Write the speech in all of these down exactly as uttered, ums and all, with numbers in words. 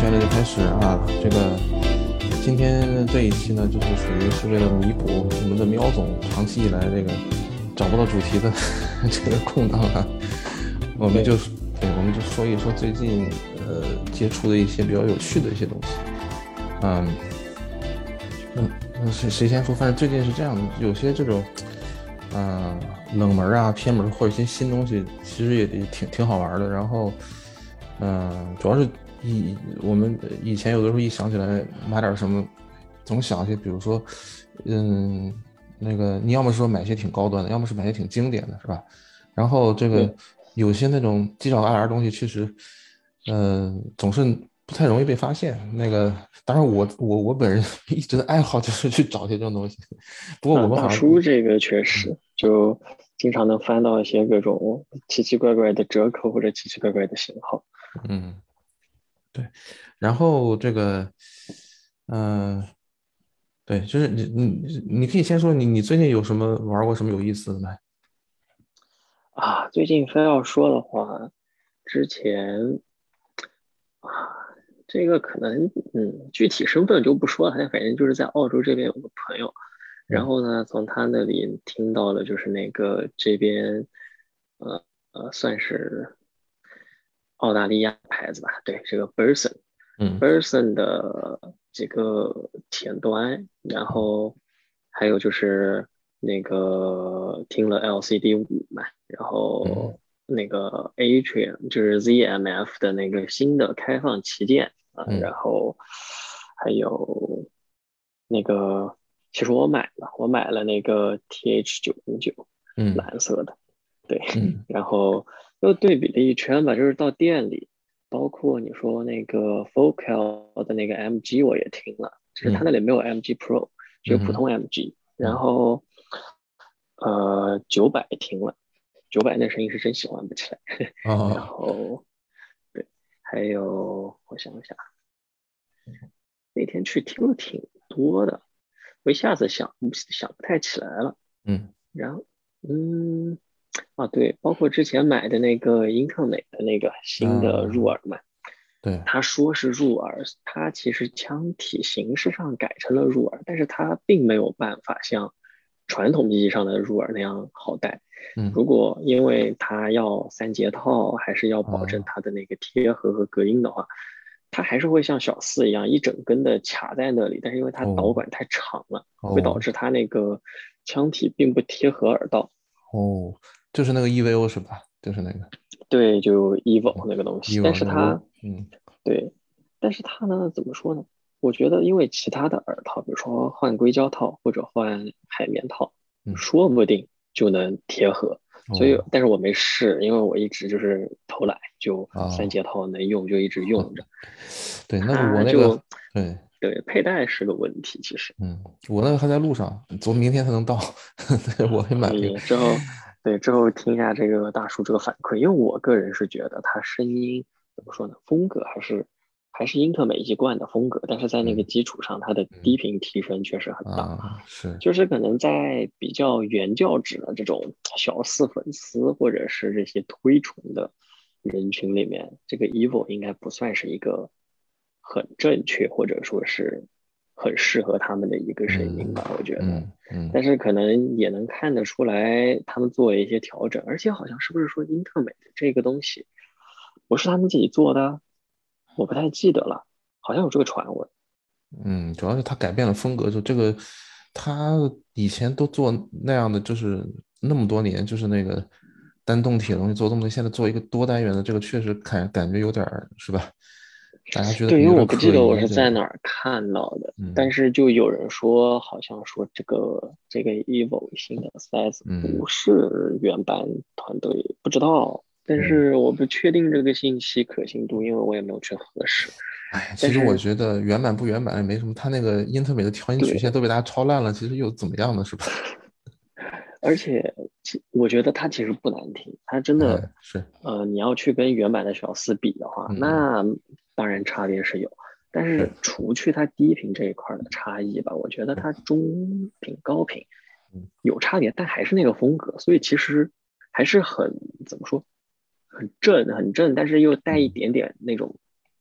现在就开始啊，这个今天这一期呢，就是属于是为了弥补我们的喵总长期以来这个找不到主题的这个空档啊，我们就对，我们就说一说最近呃接触的一些比较有趣的一些东西。嗯，那谁谁先说？反正最近是这样的，有些这种嗯、呃、冷门啊、偏门或者一些新东西，其实也也挺挺好玩的。然后嗯、呃，主要是。以我们以前有的时候一想起来买点什么，总想些，比如说，嗯，那个你要么说买些挺高端的，要么是买些挺经典的，是吧？然后这个有些那种犄角旮旯的东西，其实，呃，总是不太容易被发现。那个，当然我我我本人一直的爱好就是去找些这种东西。不过我啊，大们好像， 叔这个确嗯实就经常能翻到一些各种奇奇怪怪的折扣或者奇奇怪怪的型号。 嗯，对，然后这个，嗯、对，就是你你你可以先说你你最近有什么玩过什么有意思的吗？ 啊。最近非要说的话，之前啊，这个可能嗯，具体身份就不说了，反正就是在澳洲这边有个朋友，然嗯后呢，从他那里听到了就是那个这边呃呃算是澳大利亚牌子吧，对，这个 Burson。 嗯 Burson 的几个前端，然后还有就是那个听了 L C D 五嘛，然嗯后那个 Atrium 就是 Z M F 的那个新的开放旗舰啊，然嗯后还有那个，其实我买了，我买了那个 T H 九零九嗯蓝色的，对， 嗯然后又对比了一圈吧，就是到店里。包括你说那个 Focal 的那个 M G 我也听了，只是它那嗯里没有 M G Pro，只有嗯嗯普通 M G。然嗯后呃九百听了，九百那声音是真喜欢不起来。然哦后对，还有我想想，那天去听了挺多的，我一下子想不想不太起来了。 嗯然后嗯啊对，包括之前买的那个英特美的那个新的入啊耳嘛。 对他说是入耳，它其实腔体形式上改成了入耳，但是它并没有办法像传统意义上的入耳那样好戴。 嗯如果因为它要三节套，还是要保证啊它的那个贴合和隔音的话，它还是会像小四一样一整根的卡在那里。但是因为它导哦管太长了，会导哦致它那个腔体并不贴合耳道。 哦，就是那个 E V O 是吧？就是那个对，就 evo 那个东西，但 ，E V O 那个我是它嗯对，但是它呢，怎么说呢？我觉得，因为其他的耳套，比如说换硅胶套或者换海绵套， 嗯说不定就能贴合。所以， 哦但是我没试，因为我一直就是偷懒，就三啊节套能用就一直用着。 对那个我那个它就对对佩戴是个问题，其实。 嗯我那个还在路上，昨明天才能到，对我会买一个可以之后，对之后听一下这个大叔这个反馈，因为我个人是觉得他声音怎么说呢，风格还是还是英特美一贯的风格，但是在那个嗯基础上，它的低嗯频提升确实很大， 啊是就是可能在比较原教旨的这种小四粉丝或者是这些推崇的人群里面，这个 Evo 应该不算是一个很正确或者说是很适合他们的一个声音嗯吧，我觉得。 嗯嗯但是可能也能看得出来，他们做了一些调整，而且好像是不是说英特美的这个东西不是他们自己做的，我不太记得了，好像有这个传闻。 嗯，主要是他改变了风格，就这个，他以前都做那样的，就是那么多年，就是那个单动体的东西做这么多，现在做一个多单元的，这个确实感感觉有点儿是吧？大家觉得可对，因为能有点我不记得我可疑，这个， 是在哪儿看到的，但嗯是就有人说，好像说这个这个 Evo 新的 size 不嗯是原版团队，不知道，但嗯， 是我不确定这个信息可信度，因为我也没有去核实。 哎，其实我但是觉得原版不原版也没什么，他那个英特美的调音曲线对， 都被大家抄烂了，其实又怎么样呢，是吧？ 而且其我觉得它其实不难听，它真的， 哎，是， 呃，你要去跟原版的小四比的话， 嗯嗯那当然差别是有，但是， 是除去它低频这一块儿的差异吧，我觉得它中频、高频嗯有差别，但还是那个风格，所以其实还是很怎么说，很正很正，但是又带一嗯点点那种。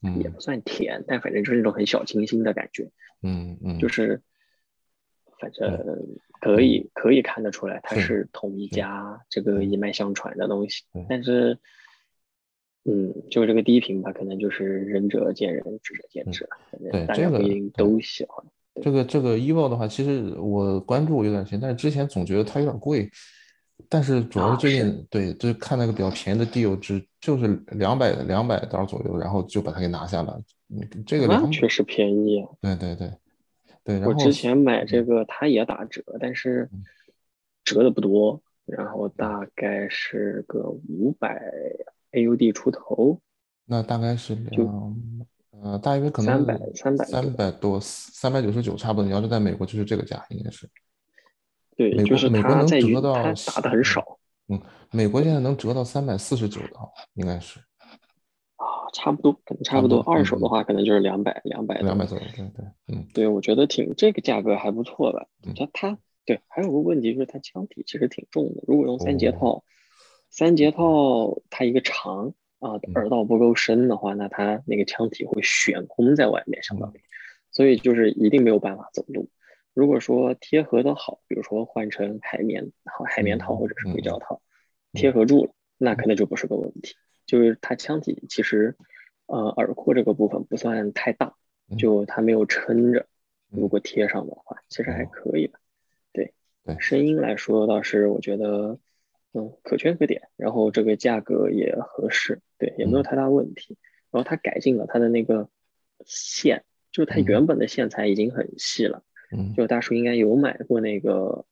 也嗯不算甜，但反正就是那种很小清新的感觉， 嗯嗯， 就是反正对， 可嗯以可以看得出来它是是同一是， 家这个嗯一脉相传的东西， 对但是嗯，就这个低频吧，可能就是仁者见仁，智者见嗯智了，反正对， 大家不一这个定对。 都喜欢。对这个这个 E V O 的话，其实我关注有点深，但是之前总觉得它有点贵，但是主要是啊， 最是， 近对，就是看那个比较便宜的 deal，只就是两百两百刀左右，然后就把它给拿下了。嗯，这个两， 那确实便宜啊。 对对对对，然后我之前买这嗯个它也打折，但是嗯折的不多，然后大概是个五百 A U D 出头， 那大概是就两呃，大约可三百能三百多。 三百多三百九十九差不多。你要是在美国就是这个价，应该是对， 美就是国美国能它在于折到它打的很嗯少嗯，美国现在能折到三百四十九刀，应该是啊，差不多，可能差不多。 差不多， 二手的嗯嗯。 话可能就是两百两百多。 两百左右，对对，嗯对，我觉得挺这个价格还不错吧。 嗯， 它它对，还有个问题就是它枪体其实挺重的。如果用三节哦， 套，三节套它一个长啊， 嗯耳道不够深的话，那它那个枪体会悬空在外面，相当嗯于，所以就是一定没有办法走路。如果说贴合的好，比如说换成海绵好海绵套或者是硅胶嗯嗯套，贴嗯合住了，那嗯可能就不是个问题。就是它枪体其实，呃，耳廓这个部分不算太大。 嗯就它没有撑着，如嗯， 果贴上的话，其实还哦， 可以吧。对， 对， 声音来说倒是我觉得，嗯，可圈可点，然后这个价格也合适，对，也没有嗯太大问题。然后它改进了它的那个线，就是它嗯原本的线材已经很细了， 嗯， 就大叔应该有买过那个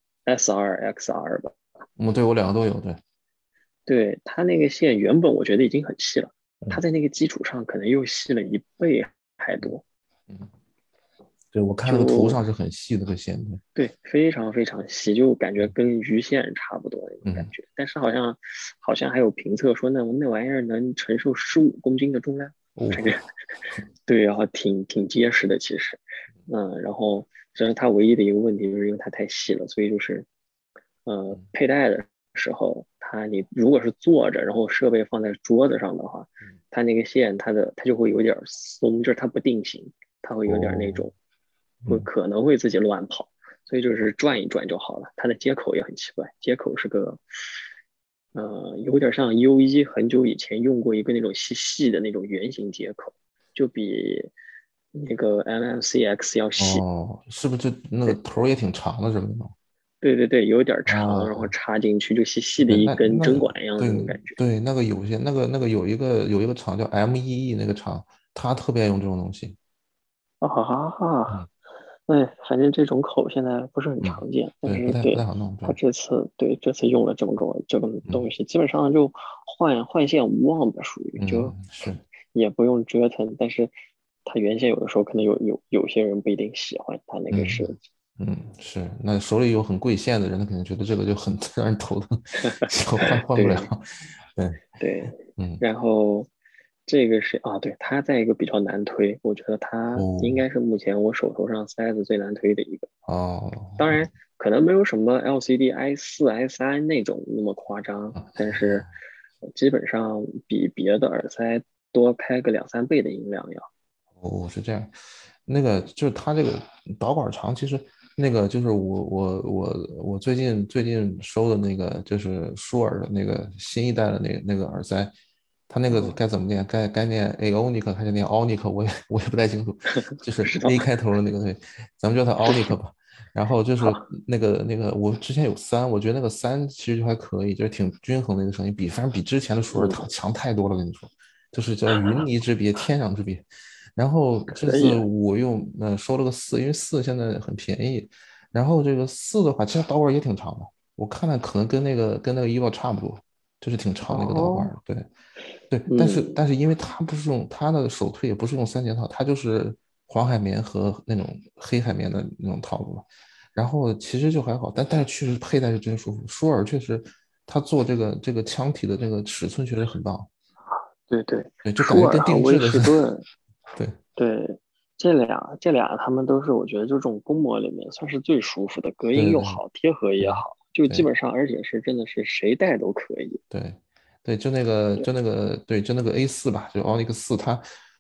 S R X R 吧？ 嗯，对我两个都有，对， 对，它那个线原本我觉得已经很细了，它嗯在那个基础上可能又细了一倍还多。 嗯，对我看那个图就上是很细的，这线，对， 对，非常非常细，就感觉嗯跟鱼线差不多那种感嗯， 觉。但是好像好像还有评测说那那玩意儿能承受十五公斤的重量，反正哦， 对，然后挺挺结实的其实。嗯，然后这是它唯一的一个问题，就是因为它太细了，所以就是呃嗯佩戴的时候，它你如果是坐着，然后设备放在桌子上的话， 嗯， 它那个线它的它就会有点儿松，就是它不定型，它会有点儿那哦， 种会嗯可能会自己乱跑。所以就是转一转就好了。它的接口也很奇怪，接口是个，呃，有点像 U 一很久以前用过一个那种细细的那种圆形接口，就比那个 M M C X 要细。 哦，是不是就那个对头儿也挺长的，是不是那种？ 对对对，有点长，然后哦， 插进去就细细的对， 一那那根针管一样的对那种感觉。 对，那个有些那个那个有一个有一个厂叫 M E E 那个厂，他特别爱用这种东西。 啊哈哈， 嗯哎，反正这种口现在不是很嗯， 常见，但对，不太不太是对好弄，对， 他这次对这次用了这么个这个嗯东西，基本上就换换线无望吧，属于就嗯是， 也不用折腾，但是它原先有的时候可能有有有些人不一定喜欢它那个设嗯计。 嗯是，那手里有很贵线的人，他肯定觉得这个就很让人头疼，就换换不了。 对， 对， 对， 嗯然后这个是啊，对，它在一个比较难推，我觉得它应哦该是目前我手头上塞子最难推的一个。 哦当然，可能没有什么 L C D I 四、I 三那种那么夸张，但是基本上比别的耳塞多开个两三倍的音量要。 哦是这样，那个就是它这个导管长，其实那个就是我我我我最近最近收的那个就是舒尔的那个新一代的那个那个耳塞，它那个嗯， 该怎么念？该该念 Aonic 还是念 Onic？我也我也不太清楚，就不是知道。 A 开头的那个对，咱们叫它 Onic 吧。然后就是好， 那个那个，我之前有三，我觉得那个三其实就还可以，就是挺均衡的一个声音，比反正比之前的舒尔嗯， 强强太多了，跟你说，就是叫云泥之别，天壤之别。然后这次可以啊。 我用呃收了个四，因为四现在很便宜。然后这个四的话，其实导管也挺长的，我看看可能跟那个跟那个 E V O 差不多，就是挺长的一个导管。 哦， 对对，但是嗯， 但是因为它不是用它的手推，也不是用三件套，它就是黄海绵和那种黑海绵的那种套路。然后其实就还好，但但是确实佩戴是真舒服。舒尔确实，它做这个这个腔体的这个尺寸确实很棒， 对对， 对，就感舒觉跟尔和威定制的似的。 士顿， 对对，这俩这俩他们都是我觉得就这种公模里面算是最舒服的，隔音对对又好，贴合也对好，就基对本上而且是真的是谁戴都可以。 对对，就那个就对， 那个对就那个 A 四吧，就奥尼克四，它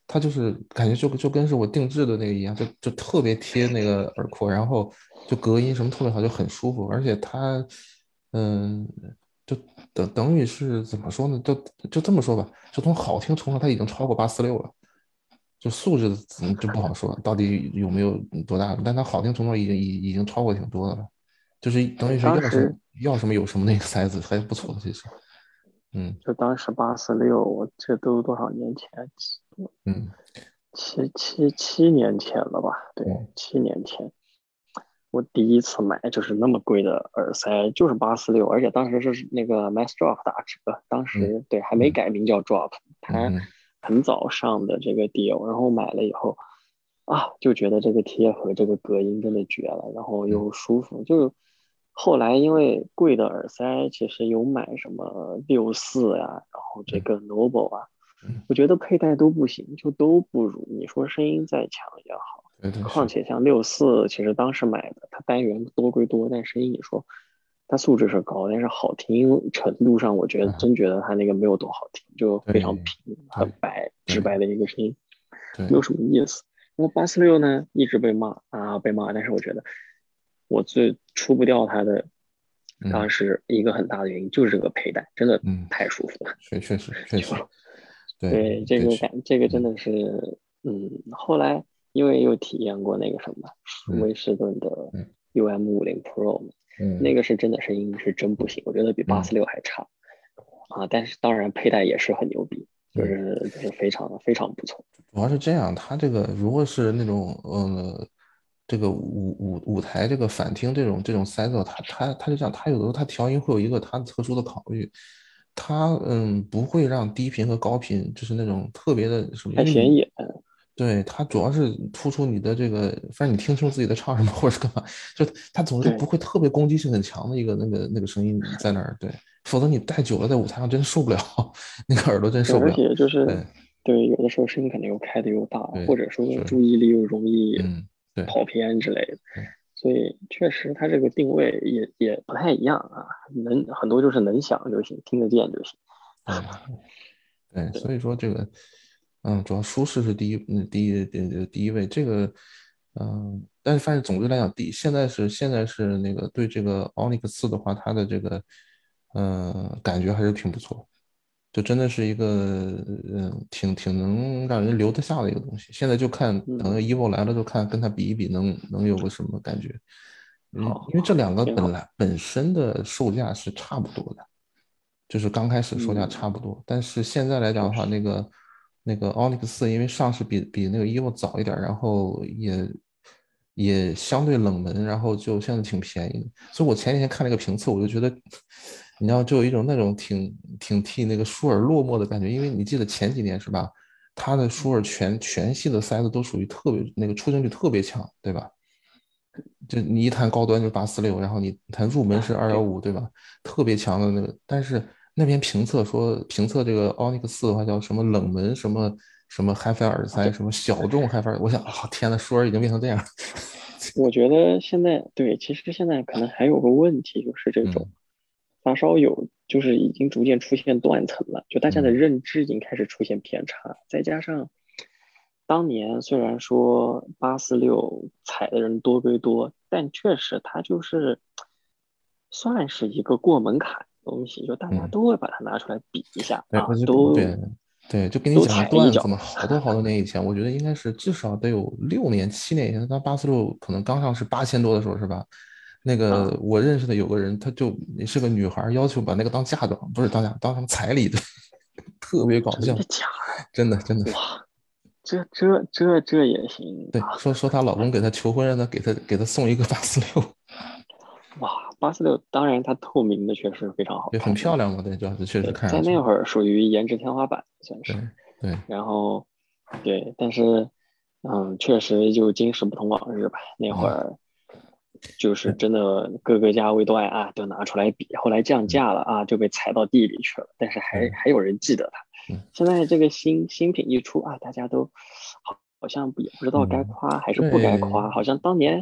它就是感觉就就跟是我定制的那个一样，就就特别贴那个耳廓，然后就隔音什么特别好，就很舒服，而且它，嗯，就等等于是怎么说呢？就就这么说吧，就从好听程度上，它已经超过八四六了。就素质嗯就不好说，到底有没有多大，但它好听程度已经已已经超过挺多的了，就是等对， 于是要什么当时要什么有什么那个塞子，还不错其实。嗯就当时八四六，我这都多少年前？ 嗯七七七年前了吧？对， 嗯七年前。我第一次买就是那么贵的耳塞，就是八四六，而且当时是那个 Mass Drop 打折，当嗯时对还没嗯改名叫 Drop，它嗯很早上的这个 deal，然后买了以后啊，就觉得这个贴合这个隔音真的绝了，然后嗯又舒服，就后来因为贵的耳塞，其实有买什么六四呀，然后这嗯个 Noble 啊， 嗯， 我觉得佩戴都不行，就都不如。你说声音再强也好。 对对是， 况且像六四，其实当时买的，它单元多归多，但声音你说它素质是高，但是好听程度上，我觉得啊真觉得它那个没有多好听，就非常对平、很对白、直对白的一个声音，没有对， 什么意思。那么八四六呢，一直被骂啊，被骂，但是我觉得我最除不掉它的，当嗯时一个很大的原因就是这个佩戴，真的嗯， 太舒服了。 确确实确实， 就对对这对是， 个感，这个真嗯的是，嗯，后来因为又体验过那个什么嗯威士顿的嗯 U M 五零 Pro 嘛，那嗯个是真的声音是真不行，我觉得比八嗯四六还差啊。但是当然佩戴也是很牛逼，就嗯。 是就是非常非常不错。 主要是这样，它这个如果是那种呃，这个舞舞舞台这个反听这种这种塞子，它它它就这样，它有的时候它调音会有一个它特殊的考虑，它嗯不会让低频和高频就是那种特别的什么，因为你太显眼。 对它主要是突出你的这个，反正你听清楚自己在唱什么或者是干嘛，就它总是不对， 会特别攻击性很强的一个那个那个声音在那儿，对，否则你戴久了在舞台上真受不了，那个耳朵真对，而受不了， 且就是对对，有的时候声音可能又开的又大，或对者说是。 注意力又容易嗯，对跑偏之类的， 对所以确实它这个定位也也不太一样啊，能很多就是能响就行，听得见就行。 对对， 对， 所以说这个，嗯，主要舒适是第一，嗯，第一，呃，第一位。这个，嗯，但是反正总之来讲，第现在是现在是那个对这个 Onyx 四的话，它的这个，嗯，感觉还是挺不错，就真的是一个，嗯，挺挺能让人留得下的一个东西。现在就看等嗯， evo 来了，就看跟它比一比能，能有个什么感觉。嗯， 好， 因为这两个挺好。 本来本身的售价是差不多的。就是刚开始售价差嗯， 不多，但是现在来讲的话， 确实， 那个那个 Onyx 四因为上市比比那个 evo 早一点，然后也也相对冷门，然后就现在挺便宜的。所以我前几天看了一个评测，我就觉得，你知道，就有一种那种挺挺替那个舒尔落寞的感觉，因为你记得前几年是吧，它的舒尔全全系的塞子都属于特别那个出镜率特别强，对吧？就你一弹高端就是八四六，然后你弹入门是二幺对， 五，对吧？特别强的那个，但是那边评测说评测这个 Onyx 四的话叫什么冷门什么什么 HiFi 耳啊，这塞，什么小众 HiFi，我想啊、天呐，舒尔已经变成这样， 我觉得现在对，其实现在可能还有个问题，就是这种嗯发烧友，就是已经逐渐出现断层了，就大家的嗯认知已经开始出现偏差，再加上当年虽然说八四六踩的人多归多，但确实它就是算是一个过门槛的东西，就大家嗯， 都会把它拿出来比一下对，我啊， 就对都对，就给你都讲个踩一脚。 段子嘛，好多好多年以前，我觉得应该是至少得有六年七年以前，当八四六可能刚上市八千多的时候是吧？那个啊， 我认识的有个人，他就是个女孩，要求把那个当嫁妆，不是当嫁，当什么彩礼的，特别搞笑， 真的假真的真的。 的？哇，这这这这也行对， 啊！ 说说她老公给她求婚，让她给她给她送一个八四六， 哇，八四六当然它透明的确实非常好也很看的， 漂亮嘛，对，主要是确实对， 看上去， 在那会儿属于颜值天花板算是。 对对然后对，但是嗯，确实就今时不同往日吧。那会嗯， 儿就是对， 真的各个价位段啊都拿出来比，后来降嗯价了啊就被踩到地里去了，但是还对， 还有人记得它。 嗯现在这个新新品一出啊，大家都好好像也不知道该嗯， 夸还是不该对夸，好像当年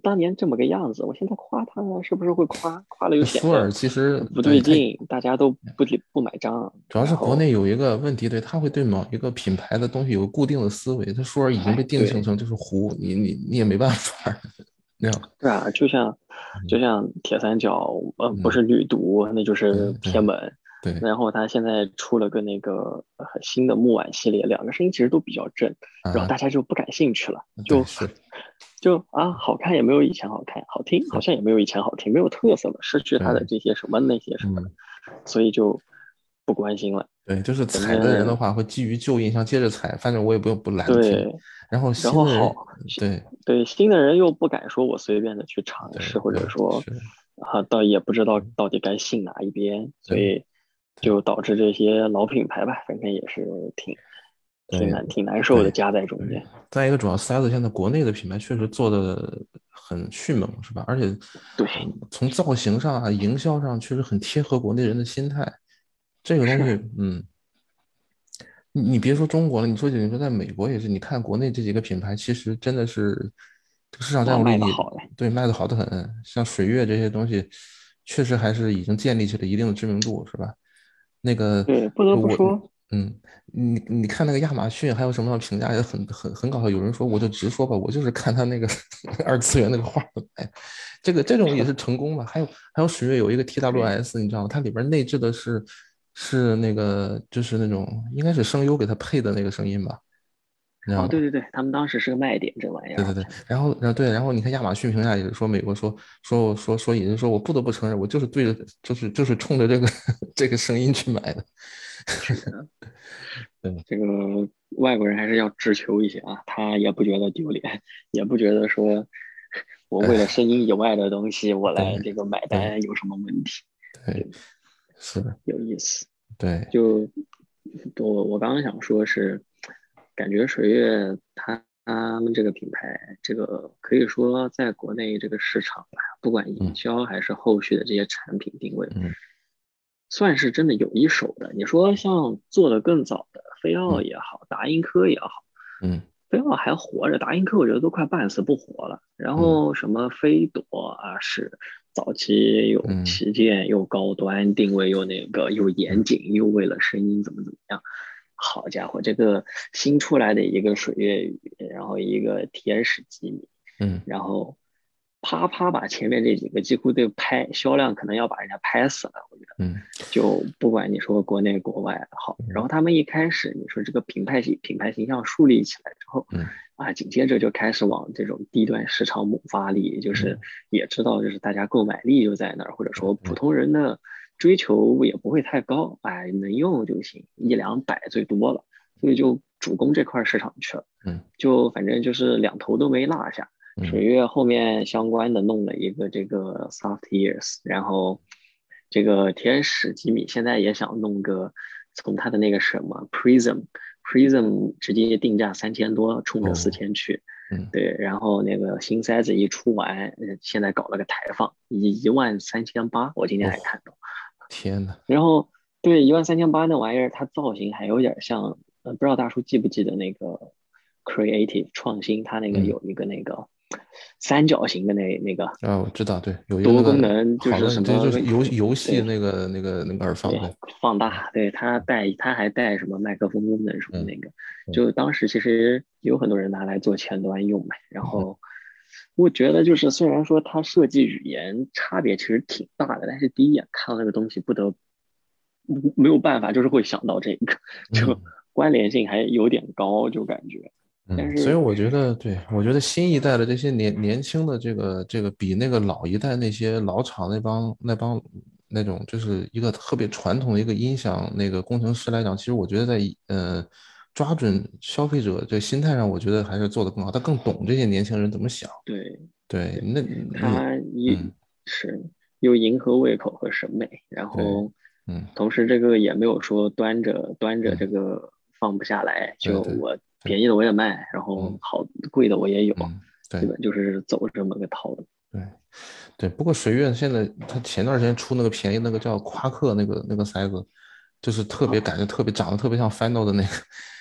当年这么个样子，我现在夸他是不是会夸夸了又显得舒尔其实不对他对劲，大家都不不买账， 主要是国然后内有一个问题，对他会对某一个品牌的东西有个固定的思维，他舒尔已经被哎，对。 定性成就是糊，你你你也没办法，那样， 对啊，就像就嗯像铁三角，呃，不嗯， 是女毒，那就是对对偏门。 对然后他现在出了个那个呃新的木碗系列，两个声音其实都比较正，然后啊， 大家就不感兴趣了，就对是就啊，好看也没有以前好看，好听好是， 像也没有以前好听，没有特色了，失去它的对， 这些什么那些什么的， 嗯。 所以就不关心了。 对，就是反踩的人的正话会基于旧印象接着踩，反正我也不不懒得听。 对， 然后然新的人， 后好，新对对新的人又不敢说我随便的去尝试，或对对者说是， 啊，倒也不知道嗯到底该信哪一边，所对以对就导致这些老品牌吧，反正也是挺挺对难挺难受的， 对夹在中对。 间。 再一个，主要塞子现在国内的品牌确实做的很迅猛，是吧？而且， 对， 嗯，从造型上啊、营销上，确实很贴合国内人的心态。这个东西， 是嗯，你你别说中国了，你说你说在美国也是，你看国内这几个品牌，其实真的是这个市场占哇， 有率也卖的好嘞。 对卖的好的很，像水月这些东西，确实还是已经建立起了一定的知名度，是吧？那个对，不得不我说， 嗯，你你看那个亚马逊还有什么样的评价也很很很搞笑，有人说我就直说吧，我就是看他那个二次元那个画的，哎，这个这种也是成功了。还有还有水月有一个对， T W S，你知道吗？它里边内置的是是那个就是那种应该是声优给他配的那个声音吧，你知道哦， 吗？ 对对对，他们当时是个卖点，这玩意儿对对对， 好像。 然后然后对，然后你看亚马逊评价也是说美国说说说说也是说我不得不承认，我就是对着就是就是冲着这个这个声音去买的。 是的， 对这个外国人还是要直球一些啊，他也不觉得丢脸，也不觉得说我为了哎声音以外的东西我来对这个买对单有什么问题？就对是的， 有意思。 对， 就我我刚刚想说是，感觉水月他他们这个品牌，这个可以说在国内这个市场吧，不管营嗯销还是后续的这些产品定位， 嗯算是真的有一手的。你说像做的更早的飞奥嗯也好，达音科也好， 嗯飞奥还活着，达音科我觉得都快半死不活了。然嗯后什么飞朵啊，是早期有嗯旗舰又高端，定位又那个又严嗯谨，又为了声音怎么怎么样。好家伙，这个新出来的一个水月雨，然后一个天使机米， 嗯然后啪啪把前面这几个几乎都拍，销量可能要把人家拍死了，我觉得。 嗯就不管你说国内国外好，然嗯后他们一开始你说这个品牌形品牌形象树立起来之后， 嗯啊，紧接着就开始往这种低端市场猛发力，就是嗯也知道就是大家购买力就在那儿，或者说普对通人的追求也不会太高，哎，能用就行，一两百最多了，所以就主攻这块市场去了， 嗯就反正就是两头都没落下。水嗯月后面相关的弄了一个这个 Soft Ears，然后这个天使吉米现在也想弄个从他的那个什么 Prism Prism 直接定价三千多，冲着四哦千去。 嗯对，然后那个新塞子一出完，呃现在搞了个台放，一一万三千八，我今天还哦看到。 天呐， 然后对一万三千八那玩意儿，它造型还有点像，呃，不知道大叔记不记得那个 Creative 创新，它那个嗯有一个那个三角形的那那个啊我知道，对，有一个那多功个能，就好是什么的这就是游游戏对那个那个那个耳放， 对对放大，对它带它还带什么麦克风功能什么嗯那个， 嗯就当时其实有很多人拿来做前端用嘛。然嗯后我觉得就是虽然说它设计语言差别其实挺大的，但是第一眼看到那个东西不得没有办法，就是会想到这个，就嗯关联性还有点高，就感觉。但嗯，所以是我觉得，对，我觉得新一代的这些年年轻的这个这个，比那个老一代那些老厂那帮那帮那种，就是一个特别传统的一个音响那个工程师来讲，其实我觉得在呃抓准消费者这心态上，我觉得还是做得更好，他更懂这些年轻人怎么想。 对对， 对， 那你它也嗯， 是又迎合胃口和审美，然对， 后嗯同时这个也没有说端着端着这嗯， 个放不下来， 对对就我对， 便宜的我也卖，然后嗯好贵的我也有， 嗯，对。 基本就是走这么个套路。 对对，不过水月现在它前段时间出那个便宜那个叫夸克那个那个塞子，就是特别啊， 感觉特别长得特别像 Final 的那个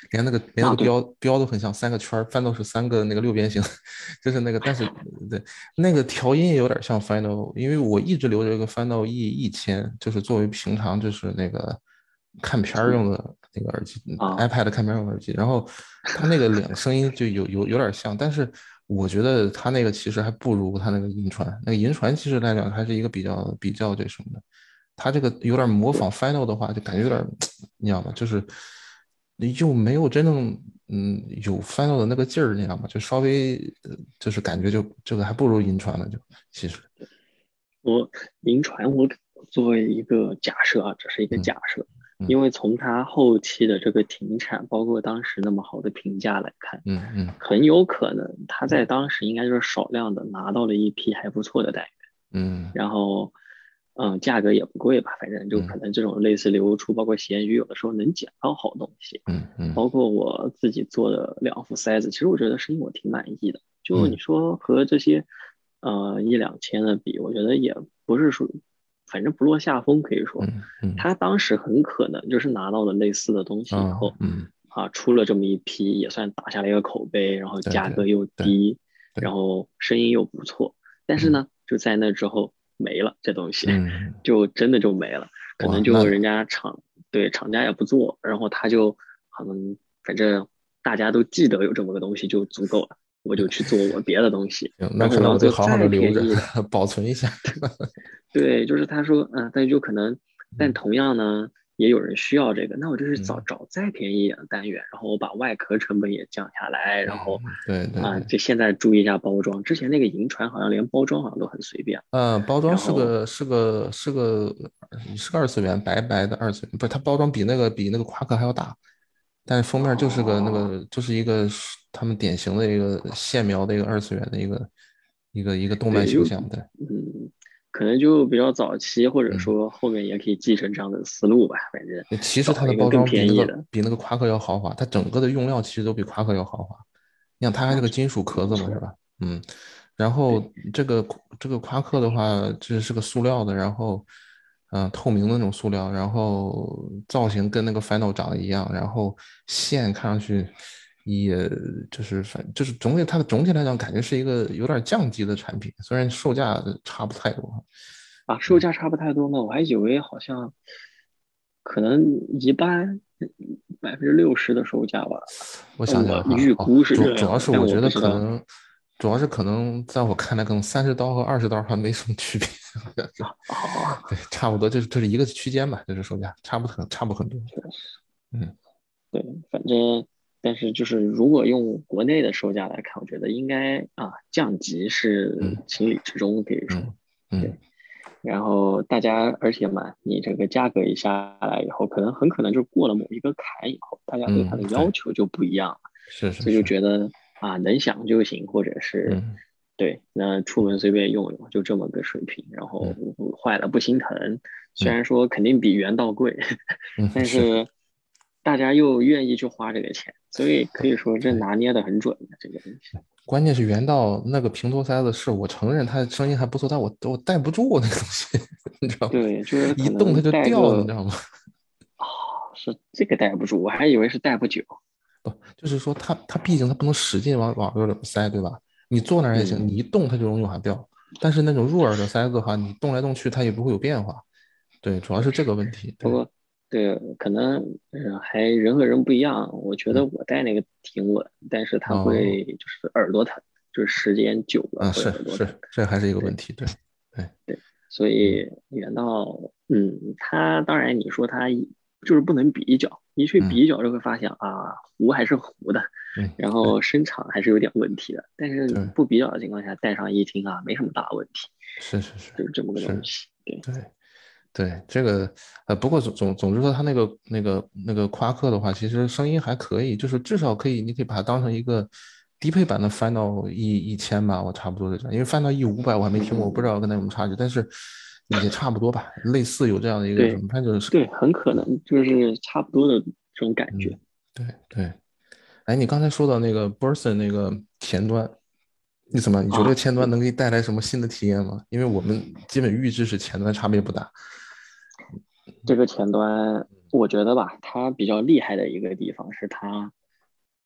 连那个连那啊，对个标标都很像三个圈，Final 是三个那个六边形，就是那个，但是对那个调音也有点像 Final，因为我一直留着一个 Final E 一千，就是作为平常就是那个看片用的那个耳机啊， ，iPad 看片用的耳机，然后它那个两个声音就有有有点像，但是我觉得它那个其实还不如它那个银传，那个银传其实来讲还是一个比较比较这什么的。他这个有点模仿 Final 的话，就感觉有点，你知道吗？就是又没有真正嗯有 Final 的那个劲儿，你知道吗？就稍微呃就是感觉就这个还不如银川呢，就其实， 我银传我作为一个假设啊，这是一个嗯假设， 嗯因为从它后期的这个停产，包括当时那么好的评价来看， 嗯嗯很有可能它在当时应该就是少量的拿到了一批还不错的单元。 嗯然后，嗯，价格也不贵吧，反正就可嗯能这种类似流出，包括闲鱼，有的时候能捡到好东西。 嗯嗯包括我自己做的两副塞子，其实我觉得声音我挺满意的。就你嗯说和这些，呃，一两千的比，我觉得也不是说，反正不落下风，可以说， 嗯嗯他当时很可能就是拿到了类似的东西以后， 啊嗯， 啊，出了这么一批，也算打下了一个口碑，然后对对价格又对低， 对， 然后声音又不错。但是嗯呢，就在那之后没了，这东西嗯， 就真的就没了，可哇，那能就人家厂对厂家也不做，然后他就可能反正大家都记得有这么个东西就足够了，我就去做我别的东西， 行，那然后我要看来我得做再好好的留着便宜的， 保存一下， 对，就是他说，嗯、但就可能，但嗯同样呢，也有人需要这个，那我就去找嗯找再便宜一点的单元，然后我把外壳成本也降下来，然后嗯，对对啊、 对。 就现在注意一下包装，之前那个银船好像连包装好像都很随便， 嗯，包装是然后个是个是个是个二次元，白白的二次元，不是它包装比那个比那个夸克还要大，但是封面就是个那哦， 个就是一个他们典型的一个线描的一个二次元的一个一个一个动漫对，就形象，对， 嗯，可能就比较早期，或者嗯， 说后面也可以继承这样的思路吧，反正其实它的包找一个更装比那个便宜的， 比那个夸克要豪华，它整个的用料其实都比夸克要豪华，你想它还是啊， 个金属那不错， 壳子嘛，是吧？嗯，然后对。 这个这个夸克的话，这是个塑料的，然后嗯、呃透明的那种塑料，然后造型跟那个 Final 长得一样，然后线看上去也就是反就是总体它的总体来讲感觉是一个有点降级的产品，虽然售价差不太多。 啊，售价差不太多呢，我还以为好像可能一般百分之六十的售价吧， 我想想哈， 我预哦， 估是主主要这样的，但我是我觉得不知道可能，主要是可能在我看来，可能三十刀和二十刀还没什么区别， 哦， 对，差不多，这是这是一个区间吧，就是售价差不很差不很多， 确实嗯对，反正但是就是如果用国内的售价来看，我觉得应该啊降级是嗯情理之中，可以说嗯嗯对。然后大家，而且嘛，你这个价格一下来以后，可能很可能就过了某一个坎以后，大家对它嗯， 的对， 要求就不一样了。所以就是是是， 觉得啊，能响就行，或者是嗯对，那出门随便用用，就这么个水平。然后嗯坏了不心疼，虽嗯然说肯定比原道贵， 嗯，是， 但是大家又愿意去花这个钱，所以可以说这对， 拿捏的很准的这个东西。 关键是原道那个平头塞子是我承认它声音还不错，但我我带不住那个东西，你知道吗？ 对，就是一动它可能就掉，你知带个道吗？ 啊、是这个带不住，我还以为是带不久。 不，就是说它它毕竟它不能使劲往往耳朵里塞，对吧？你坐那儿还行，你嗯， 一动它就容易往下掉。但是那种入耳的塞子的话，你动来动去它也不会有变化。对，主要是这确实。 个问题。对， 不过，对，可能嗯还人和人不一样。我觉嗯， 得我戴那个挺稳，但是它哦， 会就是耳朵疼，就是时间久了嗯， 会是耳朵疼。 是，这还是一个问对题。对对， 对，所嗯以远道，嗯，它当然你说它就是不能比较，你去嗯比较就会发现啊，糊还是糊的， 嗯， 然对后声场还是有点问题的。但是对， 不比较的情况下，戴上一听啊，没什么大问题， 是是是就是这么个东是， 西。对。 对。对，这个呃，不过总总总之说，它那个那个那个夸克的话，其实声音还可以，就是至少可以，你可以把它当成一个低配版的 Final E 一千吧，我差不多是这样。因为 Final E 五百我还没听过，我不知嗯， 道跟它有什么差距，但是也差不多吧，类似有这样的一个什对么，反正就是对，很可能就是差不多的这种感觉。 嗯，对对。哎，你刚才说到那个 Burson 那个前端，你怎么？你觉得这个啊， 前端能给你带来什么新的体验吗？因为我们基本预知是前端差别不大。 这个前端，我觉得吧，它比较厉害的一个地方是它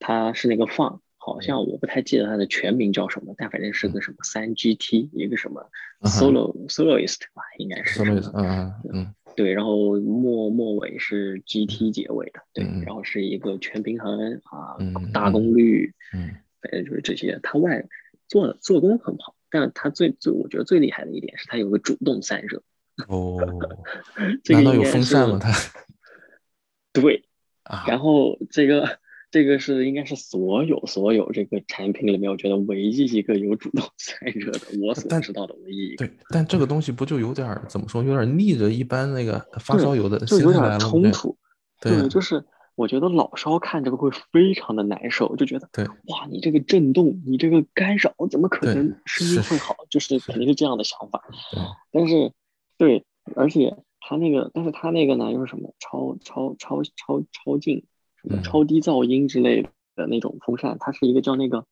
它是那个放，好嗯像我不太记得它的全名叫什么，但反正是嗯个什么三 G T，一个什么嗯哼 solo soloist 吧，应该是什 ，soloist， 么。 嗯嗯对，然后末末尾是嗯 G T 结尾的，对， 嗯然后是一个全平衡啊，大嗯嗯功率， 嗯反正就是这些。它外做做工很好，但它最最我觉得最厉害的一点是它有个主动散热， 嗯，哦， 这个应难道有该是风扇吗？它对。然啊， 后这个这个是应该是所有所有这个产品里面，我觉得唯一一个有主动散热的，我所但知道的唯一一个。 对，但这个东西不就有点儿怎么说，有点儿逆着一般那个发烧对， 友的心就有点态来了吗？对冲突。对， 对呀， 就是我觉得老烧看这个会非常的难受，就觉得对哇，你这个震动，你这个干扰，怎么可对， 能声音是会好？就是肯定是这样的想法。 对， 但是，对，而且它那个，但是它那个呢，又是什么超超超超超静，什么嗯超低噪音之类的那种风扇，它是一个叫那个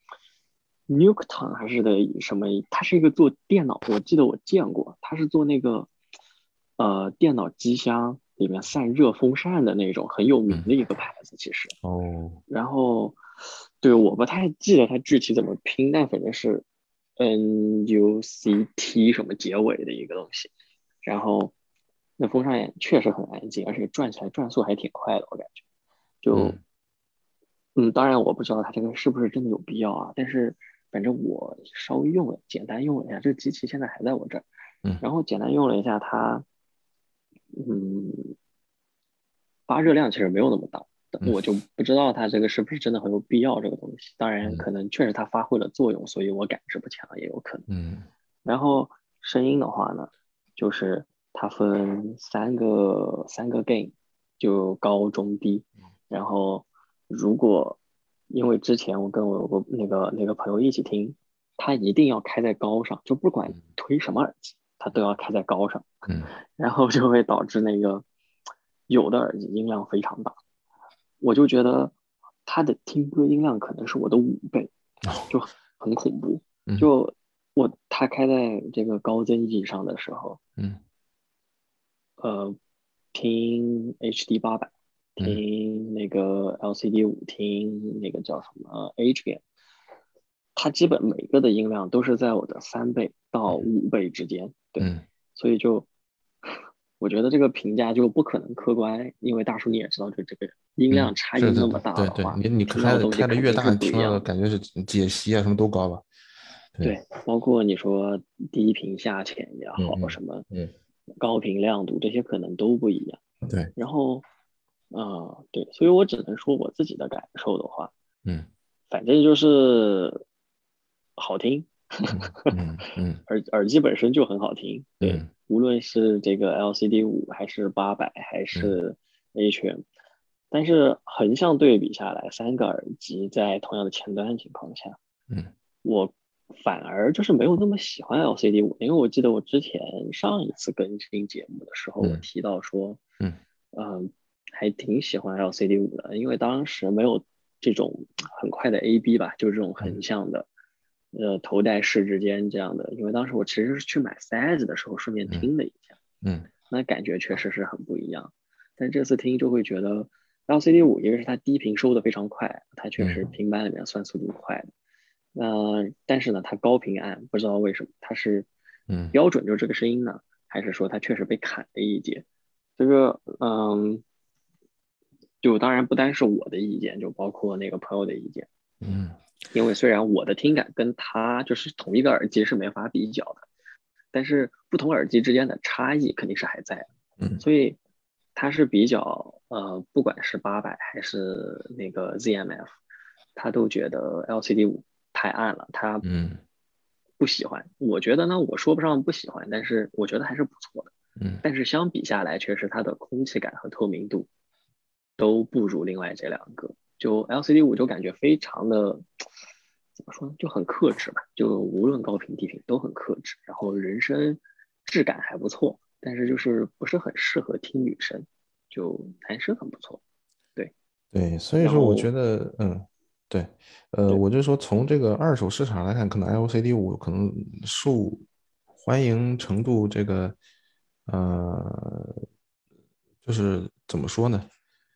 Newton 还是的什么，它是一个做电脑，我记得我见过，它是做那个呃电脑机箱里面散热风扇的那种很有名嗯， 的一个牌子，其实。 哦， 然后，对，我不太记得它具体怎么拼，但反正是 N U C T 什么结尾的一个东西。然后那风扇也确实很安静，而且转起来转速还挺快的，我感觉。就嗯嗯，当然我不知道它这个是不是真的有必要啊，但是反正我稍微用了，简单用了一下，这个机器现在还在我这儿， 嗯然后简单用了一下它，嗯，发热量其实没有那么大， 嗯我就不知道它这个是不是真的很有必要这个东西。当然， 嗯可能确实它发挥了作用，所以我感知不强也有可能。 嗯然后声音的话呢，就是它分三个三个 gain，就高中低。然后如果因为之前我跟我有个那个那个朋友一起听，他一定要开在高上，就不管嗯推什么耳机，他都要开在高上。 嗯， 然后就会导致那个有的耳机音量非常大，我就觉得它的听歌音量可能是我的五倍，就哦， 很恐怖。 嗯就我它开在这个高增益上的时候， 嗯呃，听 H D 八百， 嗯听那个 L C D 五，听那个叫什么 H B M，它基本每个的音量都是在我的三倍到五倍之间，对， 嗯， 所以就我觉得这个评价就不可能客观，因为大叔你也知道，就这个音嗯， 量差异是的， 那么大对对， 的话， 你你听到的开的东西肯定是开的越大，听到不一样的。 的感觉是解析啊什么都高了。对， 对，包括你说低频下潜也好， 嗯嗯什么嗯， 高频亮度这些可能都不一样。 对， 然后，啊、对，所以我只能说我自己的感受的话， 嗯反正就是好听， 嗯嗯嗯耳耳机本身就很好听。对， 嗯无论是这个 L C D 五还是八百还嗯是 H M，但是横向对比下来，三个耳机在同样的前端情况下。 嗯我反而就是没有那么喜欢 L C D 五，因为我记得我之前上一次更新节目的时候，我嗯提到说， 嗯嗯，还挺喜欢 L C D 五的，因为当时没有这种很快的 A B 吧，就是这种嗯横向的，呃，头戴式之间这样的。因为当时我其实是去买塞子的时候顺便嗯听了一下， 嗯那感觉确实是很不一样。但这次听就会觉得 L C D 五，一个是它低频收的非常快，它确实嗯平板里面算速度快的。那但是呢，它高频按不知道为什么，它是嗯标准就是这个声音呢，还是说它确实被砍了一截？这个嗯，就当然不单是我的意见，就包括那个朋友的意见， 嗯因为虽然我的听感跟他就是同一个耳机是没法比较的，但是不同耳机之间的差异肯定是还在的， 嗯所以它是比较呃，不管是八百还是那个 Z M F，他都觉得 L C D 五太暗了，他嗯不喜欢。我觉得呢，我说不上不喜欢，但是我觉得还是不错的。 嗯但是相比下来，确实它的空气感和透明度都不如另外这两个。就 L C D 五就感觉非常的怎么说呢，就很克制吧，就无论高频低频都很克制，然后人声质感还不错，但是就是不是很适合听女生，就男生很不错。对， 对，所以说我觉然后得，嗯，对，呃， 对， 我就说从这个二手市场来看，可能 L C D 五可能受欢迎程度，这个，呃，就是怎么说呢？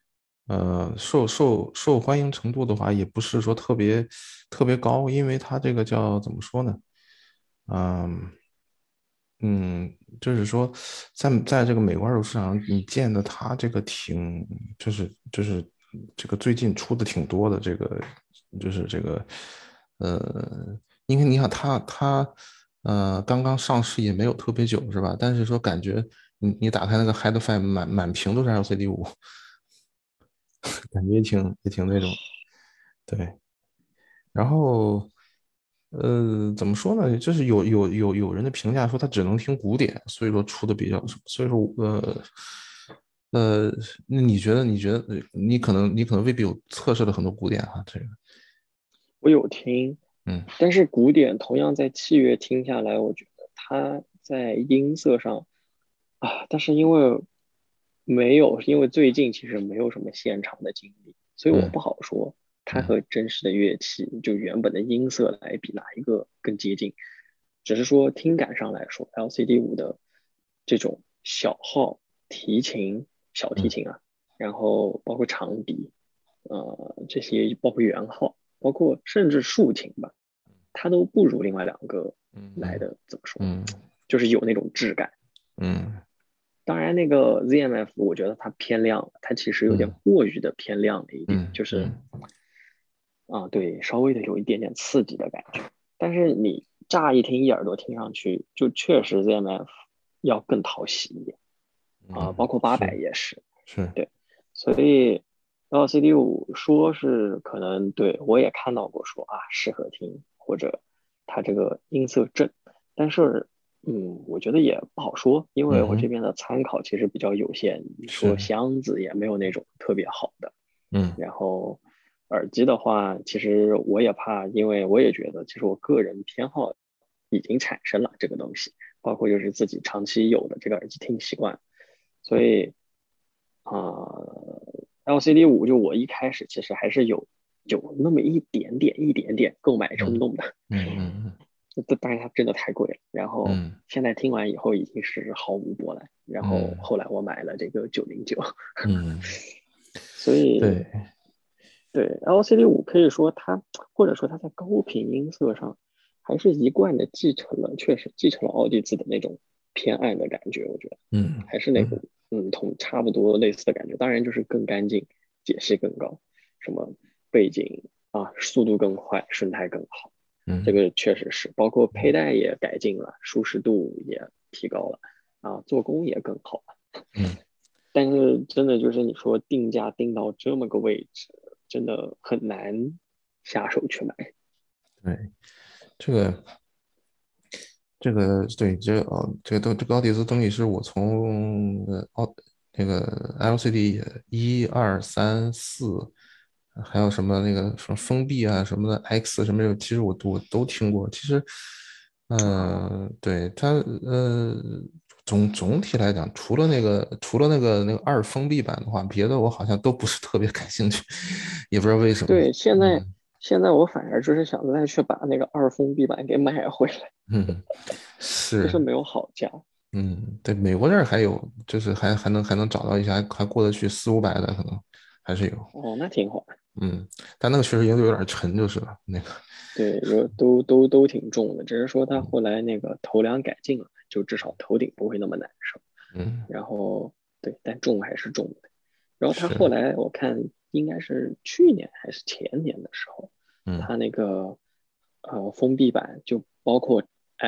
呃，受受受欢迎程度的话，也不是说特别特别高，因为它这个叫怎么说呢？嗯嗯，就是说在在这个美国二手市场，你见的它这个挺就是就是这个最近出的挺多的这个就是这个呃，因为你想它它呃刚刚上市也没有特别久是吧？但是说感觉你你打开那个 Headfire 满满屏都是 L C D 五，感觉也挺也挺那种。对，然后，呃，怎么说呢？就是有有有有人的评价说他只能听古典，所以说出的比较，所以说呃呃，那你觉得？你觉得你可能你可能未必有测试了很多古典啊，这个， 我有听， 嗯但是古典同样在器乐听下来，我觉得它在音色上啊，但是因为没有，因为最近其实没有什么现场的经历，所以我嗯不好说它嗯和真实的乐器就原本的音色来比哪一个更接近。只是说听感上来说，L C D 五的这种小号提琴、小提嗯琴啊，然后包括长笛，呃，这些包括圆号。包括甚至竖琴吧，它都不如另外两个来嗯的怎么说， 嗯就是有那种质感。 嗯当然，那个 Z M F 我觉得它偏亮了，它其实有点嗯过于的偏亮了一点， 嗯就是嗯啊，对，稍微的有一点点刺激的感觉。但是你乍一听，一耳朵听上去，就确实 Z M F 要更讨喜一点啊，包嗯， 括八百是也是。 是， 对，所以 L C D 五说是可能对我也看到过说啊适合听或者它这个音色正，但是嗯，我觉得也不好说，因为嗯哼， 我这边的参考其实比较有限。你说是， 箱子也没有那种特别好的， 嗯然后耳机的话，其实我也怕，因为我也觉得其实我个人偏好已经产生了这个东西，包括就是自己长期有的这个耳机听习惯，所以。啊、L C D 五就我一开始其实还是有有那么一点点一点点购买冲嗯动的， 嗯嗯这当然它真的太贵了。然后嗯现在听完以后已经是毫无波澜。然后嗯后来我买了这个九零九， 嗯， 所以对， 对 L C D 五可以说它或者说它在高频音色上还是一贯的继承了，确实继承了奥迪兹的那种偏暗的感觉，我觉得。 嗯还是那个嗯嗯同差不多类似的感觉，当然就是更干净，解析更高，什么背景啊速度更快，顺态更好，这嗯个确实是，包括佩戴也改进了，舒适度也提高了啊，做工也更好了。 嗯， 但是真的就是你说定价定到这么个位置，真的很难下手去买。 对，这个。这个对，这哦，这个都这个奥迪斯灯也是我从呃奥那个 L C D 一二三四，还有什么那个什么封闭啊什么的 X 什么的，其实我都我都听过。其实， 啊， 呃，对它呃总总体来讲，除了那个除了那个那个二封闭版的话，别的我好像都不是特别感兴趣，也不知道为什么。 对，现在嗯现在我反而就是想再去把那个二封闭版给买回来， 嗯，是。 就是没有好价。 嗯，对，美国这儿还有，就是还还能还能找到一些还还过得去四五百的，可能还是有。 哦，那挺好。 嗯，但那个确实音度有点沉，就是了。那个， 对，有都都都挺重的，只是说它嗯后来那个头梁改进了，就至少头顶不会那么难受。 嗯， 然后对，但重还是重的。然后它后是， 来我看应该是去年还是前年的时候， 嗯它那个呃封闭版就包括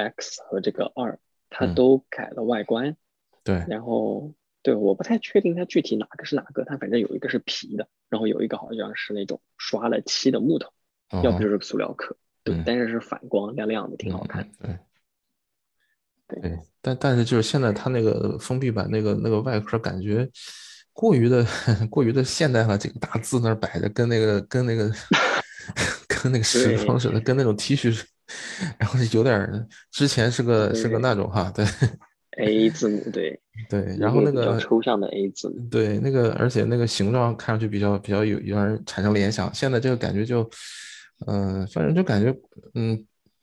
X 和这个二，它嗯， 都改了外观。 对， 然后对，我不太确定它具体哪个是哪个，它反正有一个是皮的，然后有一个好像是那种刷了漆的木头， 哦哈， 要不就是塑料壳。对， 嗯但是是反光亮亮的，挺好看。 嗯嗯，对对， 对，但但是就是现在它那个封闭版那个那个外壳感觉过于的过于的现代化，几个大字那儿摆着，跟那个跟那个跟那个时装对似的，跟那种 T 恤似的，然后有点儿之前是个是个那对种哈，对。 ，A 字母，对， 对，然后一个比较那个， 抽象的 A 字母。 对，那个，而且那个形状看上去比较比较有有让人产生联想。现在这个感觉就，嗯、反正就感觉，嗯，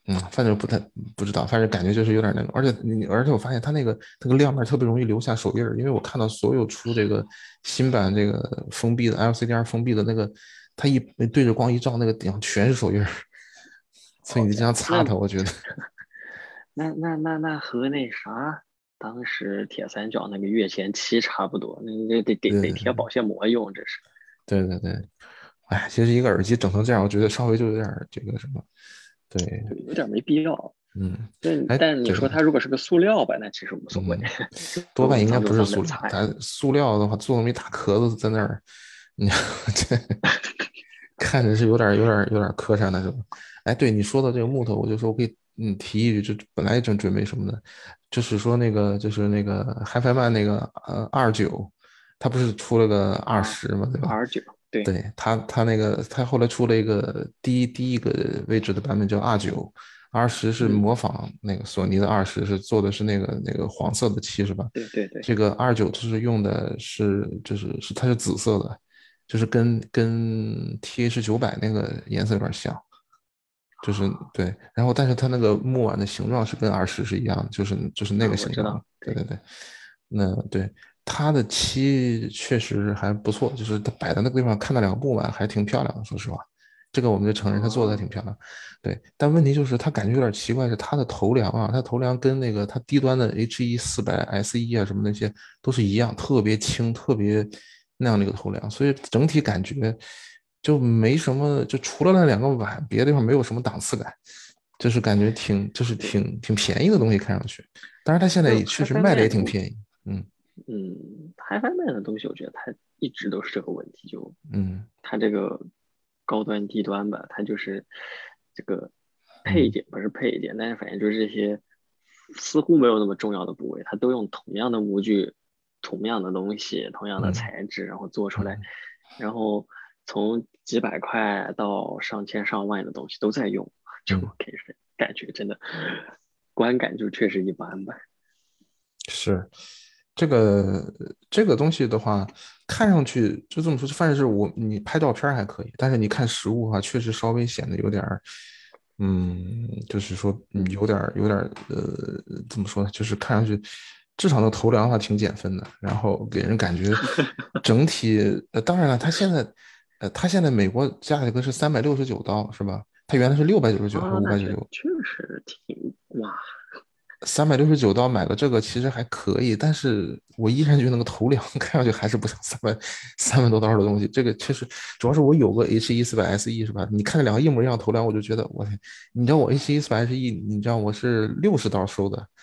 嗯，反正不太不知道，反正感觉就是有点那个，而且你而且我发现它那个那个亮面特别容易留下手印儿，因为我看到所有出这个新版这个封闭的 L C D R 封闭的那个，它一对着光一照，那个顶上全是手印儿，所以你好家伙，那经常擦它，我觉得。 那那那那和那啥，当时铁三角那个月前七差不多，那那得得得贴对保鲜膜用，这是。 对对对，哎，其实一个耳机整成这样，我觉得稍微就有点儿这个什么，对， 对，有点没必要。 嗯， 但哎，对， 但你说它如果是个塑料吧，那其实无所谓， 嗯，多半就应该脏就脏点不是塑料，它擦一下。 塑料的话做那么一大壳子在那儿，你这看着是有点有点有点磕碜的是吧？哎，对你说的这个木头，我就说我可以嗯提一句，就本来正准备什么的，就是说那个就是那个 HiFiMan 那个呃二九，它不是出了个二啊十嘛，对吧？ ，R 九，对， 对他，他那个他后来出了一个第一第一个位置的版本叫 R 九，R 十是嗯， 模仿那个索尼的 R 十，是做的是那个那个黄色的漆是吧？ 对对对， 这个 R 九就是用的是就是是它是紫色的，就是跟跟 T H 九百那个颜色有点像，就是对，然后但是它那个木碗的形状是跟 R 十是一样的，就是就是那个嗯，我形状的， 知道，对， 对对对，那对它的漆确实还不错，就是它摆在那个地方看到两个木碗还挺漂亮的，说实话，这个我们就承认它做的还挺哦， 漂亮，对，但问题就是它感觉有点奇怪，是它的头梁啊，它头梁跟那个它低端的 H E 四百 S E 啊什么那些都是一样，特别轻，特别那样的一个头梁，所以整体感觉就没什么，就除了那两个碗，别的地方没有什么档次感，就是感觉挺就是对， 挺挺便宜的东西看上去，当然它现在就也确实卖的也 HiFiMan，我挺便宜，嗯嗯，HiFiMan 的东西，我觉得它一直都是这个问题，就嗯它这个高端低端吧，它就是这个配嗯件不是配件，但是反正就是这些似乎没有那么重要的部位，它都用同样的模具、同样的东西、同样的嗯材质，然后做出来， 嗯然后从几百块到上千上万的东西都在用，就嗯， 给人感觉真的观感就确实一般吧。 是。这个这个东西的话，看上去就这么说，反正是我你拍照片还可以，但是你看实物的话，确实稍微显得有点儿，嗯，就是说嗯有点儿有点儿呃，怎么说呢？就是看上去至少那头梁的话挺减分的，然后给人感觉整体呃，当然了，它现在呃，它现在美国价格是三百六十九刀是吧？它原来是六百九十九还是啊，那确五百九十九？ 确实挺哇， 三百六十九刀买个这个其实还可以，但是我依然觉得那个头梁看上去还是不像三百三百多刀的东西。这个确实，主要是我有个 H 一四百 S E 是吧？你看这两个一模一样的头梁，我就觉得我天，你知道我 H 一四百 S E，你知道我是六十刀收的，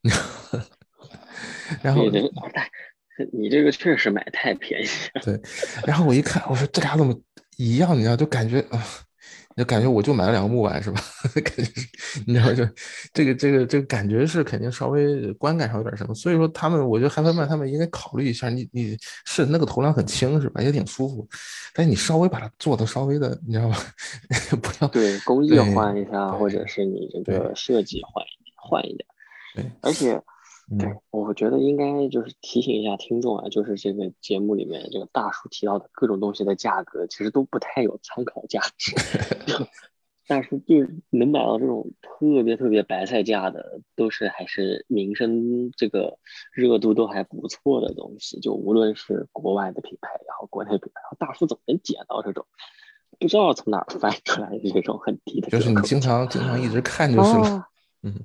然后对对，太，你这个确实买太便宜了。 对，然后我一看，我说这俩怎么一样？你知道，就感觉啊，就感觉我就买了两个木板是吧？感觉是，你知道，就这个这个这个感觉是肯定稍微观感上有点什么。所以说他们，我觉得韩帆曼他们应该考虑一下，你你是那个头梁很轻是吧？也挺舒服，但是你稍微把它做的稍微的，你知道吧？不要对，工艺对换一下，或者对是你这对个设计换一点，换一点。 对， 而且，对， 嗯， 我觉得应该就是提醒一下听众啊，就是这个节目里面这个大叔提到的各种东西的价格，其实都不太有参考价值。就大叔就是能买到这种特别特别白菜价的，都是还是名声这个热度都还不错的东西。就无论是国外的品牌也好，国内品牌也好，大叔怎么能捡到这种不知道从哪儿翻出来的这种很低的就是你经折扣价？ 常经常一直看就是了， 啊， 嗯。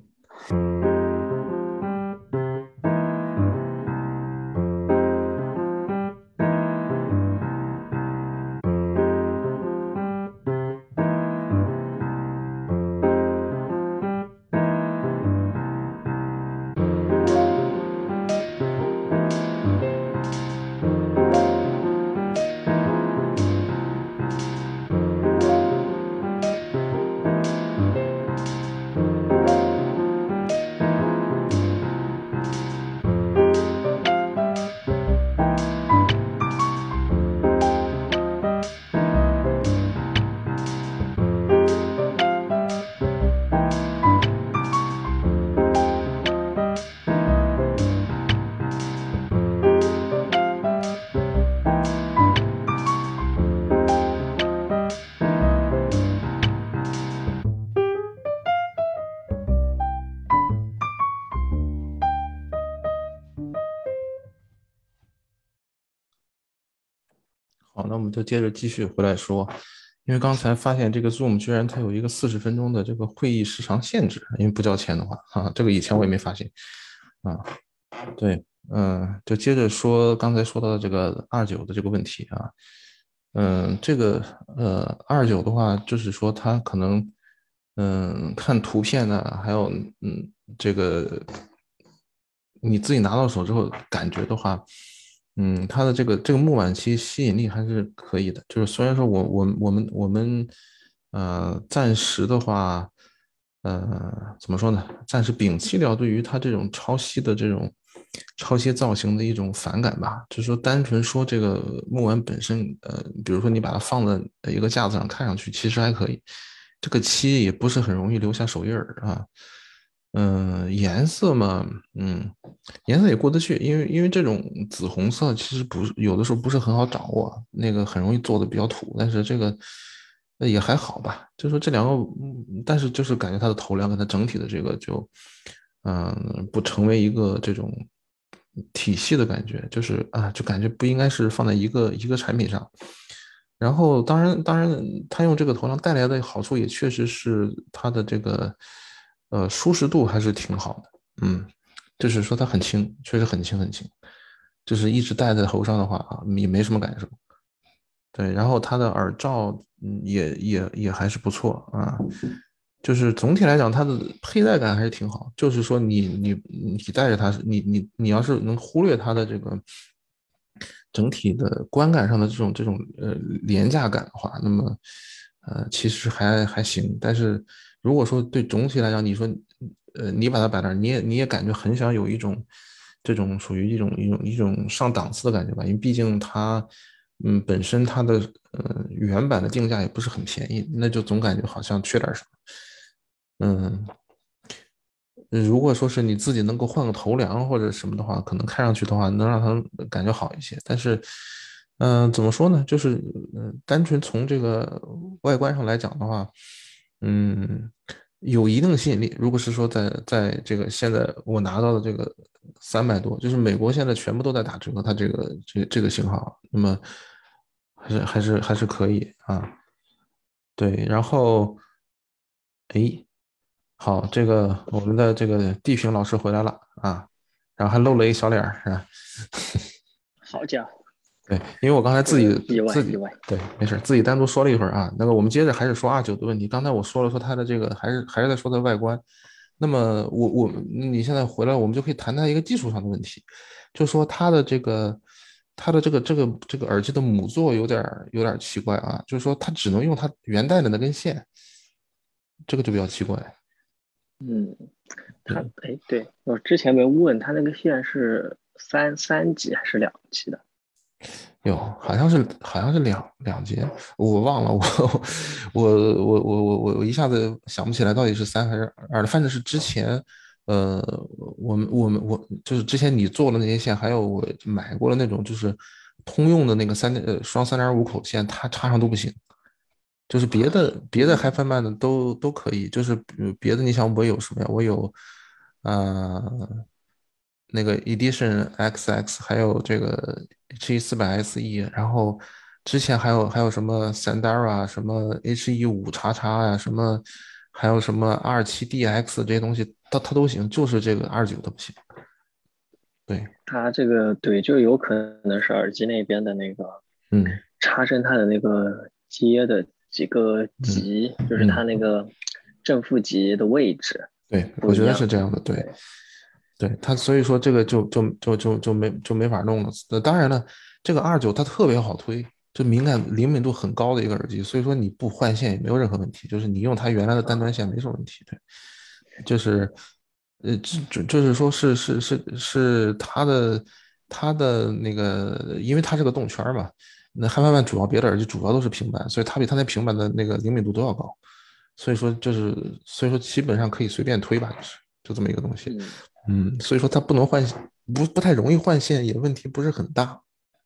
好，那我们就接着继续回来说，因为刚才发现这个 Zoom 居然它有一个四十分钟的这个会议时长限制，因为不交钱的话，啊，这个以前我也没发现，啊，对，嗯，就接着说刚才说到的这个二九的这个问题啊，嗯，这个呃二九的话，就是说它可能，嗯，看图片呢，还有嗯这个你自己拿到手之后感觉的话。嗯，它的这个这个木晚期吸引力还是可以的，就是虽然说我我我们我们呃暂时的话，呃怎么说呢？暂时摒弃掉对于它这种超吸的这种超吸造型的一种反感吧，就是说单纯说这个木碗本身，呃，比如说你把它放在一个架子上看上去其实还可以，这个漆也不是很容易留下手印儿啊。嗯、呃颜色嘛，嗯。颜色也过得去，因为因为这种紫红色其实不是有的时候不是很好掌握，那个很容易做的比较土，但是这个也还好吧。就说这两个，嗯但是就是感觉它的头梁跟它整体的这个就，嗯，不成为一个这种体系的感觉，就是啊，就感觉不应该是放在一个一个产品上。然后，当然，当然，它用这个头梁带来的好处也确实是它的这个，呃，舒适度还是挺好的，嗯。就是说它很轻，确实很轻很轻，就是一直戴在头上的话啊，也没什么感受。对，然后它的耳罩，嗯，也也也还是不错啊。就是总体来讲，它的佩戴感还是挺好。就是说你，你你你戴着它，你你你要是能忽略它的这个整体的观感上的这种这种呃廉价感的话，那么呃其实还还行。但是如果说对总体来讲，你说呃你把它摆那儿，你也你也感觉很想有一种这种属于一种一种一种上档次的感觉吧，因为毕竟它嗯本身它的呃原版的定价也不是很便宜，那就总感觉好像缺点什么。嗯，如果说是你自己能够换个头梁或者什么的话，可能看上去的话能让他感觉好一些。但是，嗯、呃怎么说呢？就是，嗯、单纯从这个外观上来讲的话，嗯，有一定的吸引力。如果是说在在这个现在我拿到的这个三百多，就是美国现在全部都在打折，它这个这这个型号，那么还是还是还是可以啊。对，然后，诶，好，这个我们的这个地平老师回来了啊，然后还露了一小脸儿，是吧？ 好家伙， 对，因为我刚才自己这个意外自己意外。 对，没事，自己单独说了一会儿啊。那个我们接着还是说二九的问题。刚才我说了说它的这个，还是还是在说它的外观。那么我我你现在回来，我们就可以谈谈一个技术上的问题，就说它的这个它的这个这个这个耳机的母座有点有点奇怪啊，就是说它只能用它元带的那根线，这个就比较奇怪。 嗯，它对。 哎，对，我之前没问他那个线是三三级还是两级的？ 有，好像是好像是两两节，我忘了，我我我我我我我一下子想不起来到底是三还是二了，反正是之前，呃，我们我们我就是之前你做的那些线，还有我买过的那种就是通用的那个三呃双三点五口线，它插上都不行，就是别的别的嗯， HiFi 的都都可以，就是比别的你想我有什么呀？我有，呃，那个 Edition X X，还有这个 H E 四百 S E，然后之前还有还有什么 Sandara，什么 H E 五叉叉呀，什么还有什么 R 七 D X 这些东西，它它都行，就是这个二九的不行。对， 它这个对，就有可能是耳机那边的那个嗯插针它的那个接的几个嗯极，就是它那嗯， 个正负极的位置对，我觉得是不一样。 这样的，对。 对， 对他，所以说这个就就就就就没就没法弄了。那当然了，这个二九它特别好推，就敏感灵敏度很高的一个耳机，所以说你不换线也没有任何问题，就是你用它原来的单端线没什么问题。对，就是呃，就就是说是是是是它的它的那个，因为它是个动圈嘛，那汉曼曼主要别的耳机主要都是平板，所以它比它那平板的那个灵敏度都要高，所以说就是所以说基本上可以随便推吧，就是就这么一个东西。 嗯嗯，所以说它不能换，不不太容易换线，也问题不是很大。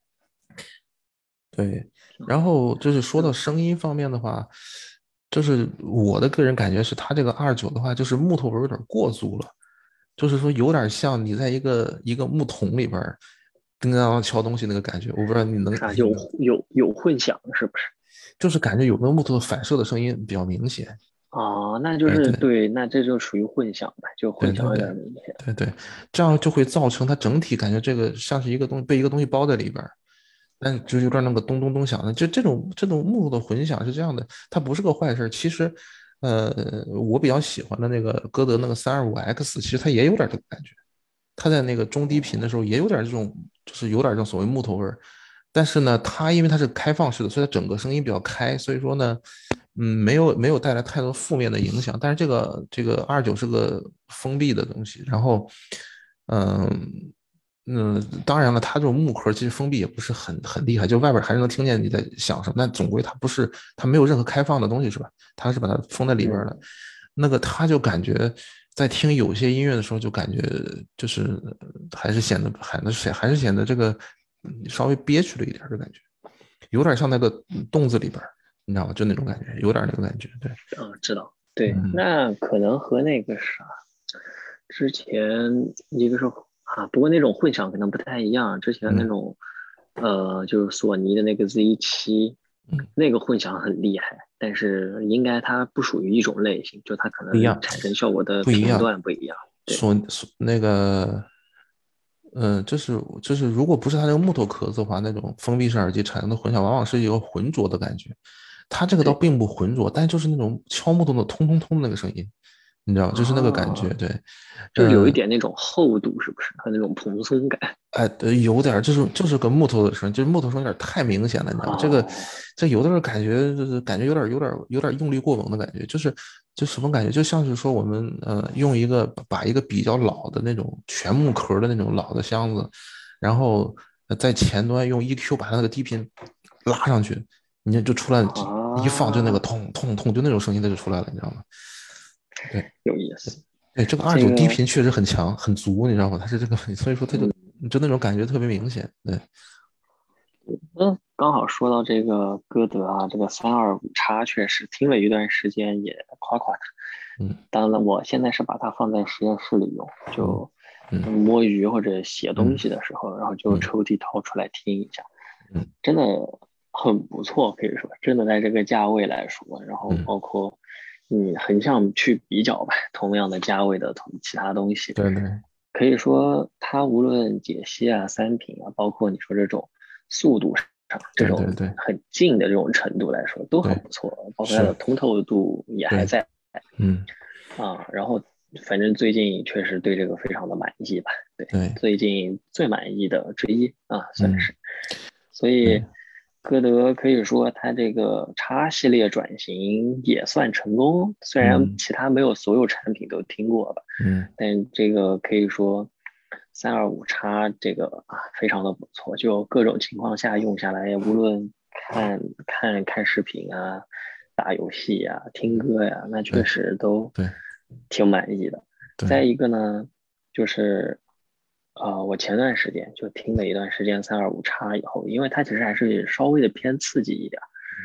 对，然后就是说到嗯声音方面的话，就是我的个人感觉是它这个二九的话，就是木头纹有点过足了，就是说有点像你在一个一个木桶里边叮当当敲东西那个感觉，我不知道你能， 啊，有有有混响是不是？ 就是感觉有那个木头的反射的声音比较明显。 啊，那就对对是对，那这就属于混响吧，就混响有对对对点明显。 对对，这样就会造成它整体感觉这个像是一个东西被一个东西包在里边儿，但就有点那个咚咚咚响的。就这种这种木头的混响是这样的，它不是个坏事。其实，呃，我比较喜欢的那个歌德那个三二五 X，其实它也有点这个感觉。它在那个中低频的时候也有点这种，就是有点这种所谓木头味儿。但是呢，它因为它是开放式的，所以它整个声音比较开，所以说呢，嗯，没有没有带来太多负面的影响。但是这个这个二九是个封闭的东西，然后，嗯嗯，当然了，它这种木壳其实封闭也不是很很厉害，就外边还是能听见你在想什么，但总归它不是，它没有任何开放的东西，是吧？它是把它封在里边的。 嗯， 那个他就感觉在听有些音乐的时候，就感觉就是还是显得还是还是显得这个稍微憋屈了一点的感觉，有点像那个洞子里边，你知道吗？就那种感觉，有点那个感觉，对。 啊，知道，对， 嗯那可能和那个啥，之前一个是啊，不过那种混响可能不太一样，之前那嗯种呃，就是索尼的那个 Z 七， 嗯， 那个混响很厉害，但是应该它不属于一种类型，就它可能不一样， 产生效果的频不一样。 段不一样。对索索那个，嗯，就是就是，如果不是它那个木头壳子的话，那种封闭式耳机产生的混响，往往是一个浑浊的感觉。它这个倒对并不浑浊，但就是那种敲木头的通通通的那个声音，你知道，就是那个感觉。 啊， 对， 就有一嗯， 点那种厚度，是不是？和那种蓬松感。 哎，对，有点就是就是个木头的声，就是木头声有点太明显了，你知道吗？这个哦， 这有的时候感觉就是感觉有点有点有点用力过猛的感觉，就是就什么感觉？就像是说我们呃用一个把一个比较老的那种全木壳的那种老的箱子，然后在前端用 E Q 把它那个低频拉上去，你就出来一放就那个啊， 痛痛痛，就那种声音它就出来了，你知道吗？对。 有意思。 对，这个二九低这个， 频确实很强很足，你知道吗？它是这个，所以说它就嗯就那种感觉特别明显。对， 嗯，刚好说到这个歌德啊，这个三二五叉确实听了一段时间，也夸夸它。 嗯当然了，我现在是把它放在实验室里用， 嗯就嗯嗯摸鱼或者写东嗯西的时候，然后就嗯抽屉掏出来听一下， 嗯真的很不错，可以说真的在这个价位来说，然后嗯， 包括你横向去比较吧，同样的价位的同其他东西， 对对可以说它无论解析啊、三频啊，包括你说这种速度上这种对对对很近的这种程度来说，都很对， 不错，包括它是， 的通透度也还对， 在嗯啊。然后反正最近确实对这个非常的满意吧，对， 对， 最近最满意的之一啊，算嗯是。所以对， 歌德可以说他这个叉系列转型也算成功，虽然嗯其他没有所有产品都听过吧， 嗯但这个可以说三二五叉这个啊非常的不错，就各种情况下用下来，无论看看看视频啊、打游戏呀、听歌呀，那确对实都对挺满意的。再对， 一个呢，就是呃，我前段时间就听了一段时间三二五叉以后，因为它其实还是稍微的偏刺激一点，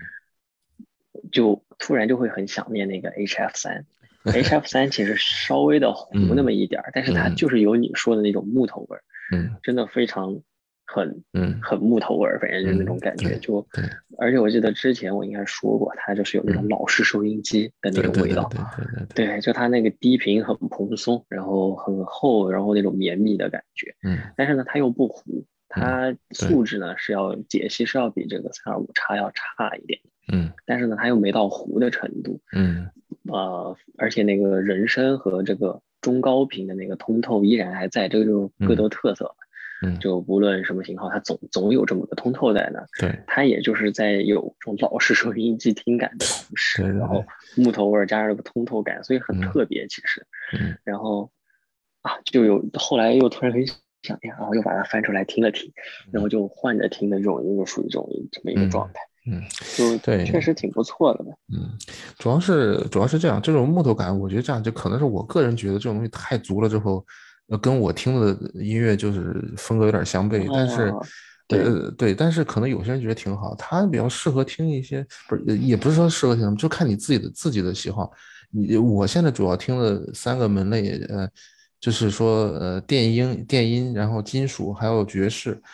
就突然就会很想念那个 H F 三。H F 三其实稍微的糊那嗯么一点儿，但是它嗯就是有你说的那种木头味儿， 嗯真的非常很嗯很木头味儿，反正就是那嗯， 种感觉。 对就对而且我记得之前我应该说过，它就是有那种嗯老式收音机的那对对种味道。 对对对对对， 对，就它那个低频很蓬松，然后很厚，然后那种绵密的感觉。 嗯但是呢，它又不糊， 嗯它对， 素质呢是要解析是要比这个三二五叉要差一点， 嗯但是呢，它又没到糊的程度。 嗯呃，而且那个人声和这个中高频的那个通透依然还在，这个就是歌嗯德特色。 嗯， 就无论什么型号，它总总有这么个通透在那儿。 对它也就是在有这种老式收音机听感的同时， 对对对， 然后木头味儿加上这个通透感，所以很嗯特别其实。 嗯然后啊，就有后来又突然很想念，然后又把它翻出来听了听，然后嗯就换着听的这种一个属于这种这么一个状嗯态， 嗯， 就确对。 实挺不错的吧。 嗯，主要是主要是这样，这种木头感，我觉得这样就可能是我个人觉得这种东西太足了之后，呃，跟我听的音乐就是风格有点相悖。但是， 啊，对， 呃，对，但是可能有些人觉得挺好，他比较适合听一些，不是，也不是说适合听，就看你自己的自己的喜好。你我现在主要听的三个门类，呃，就是说，呃，电音、电音，然后金属，还有爵士。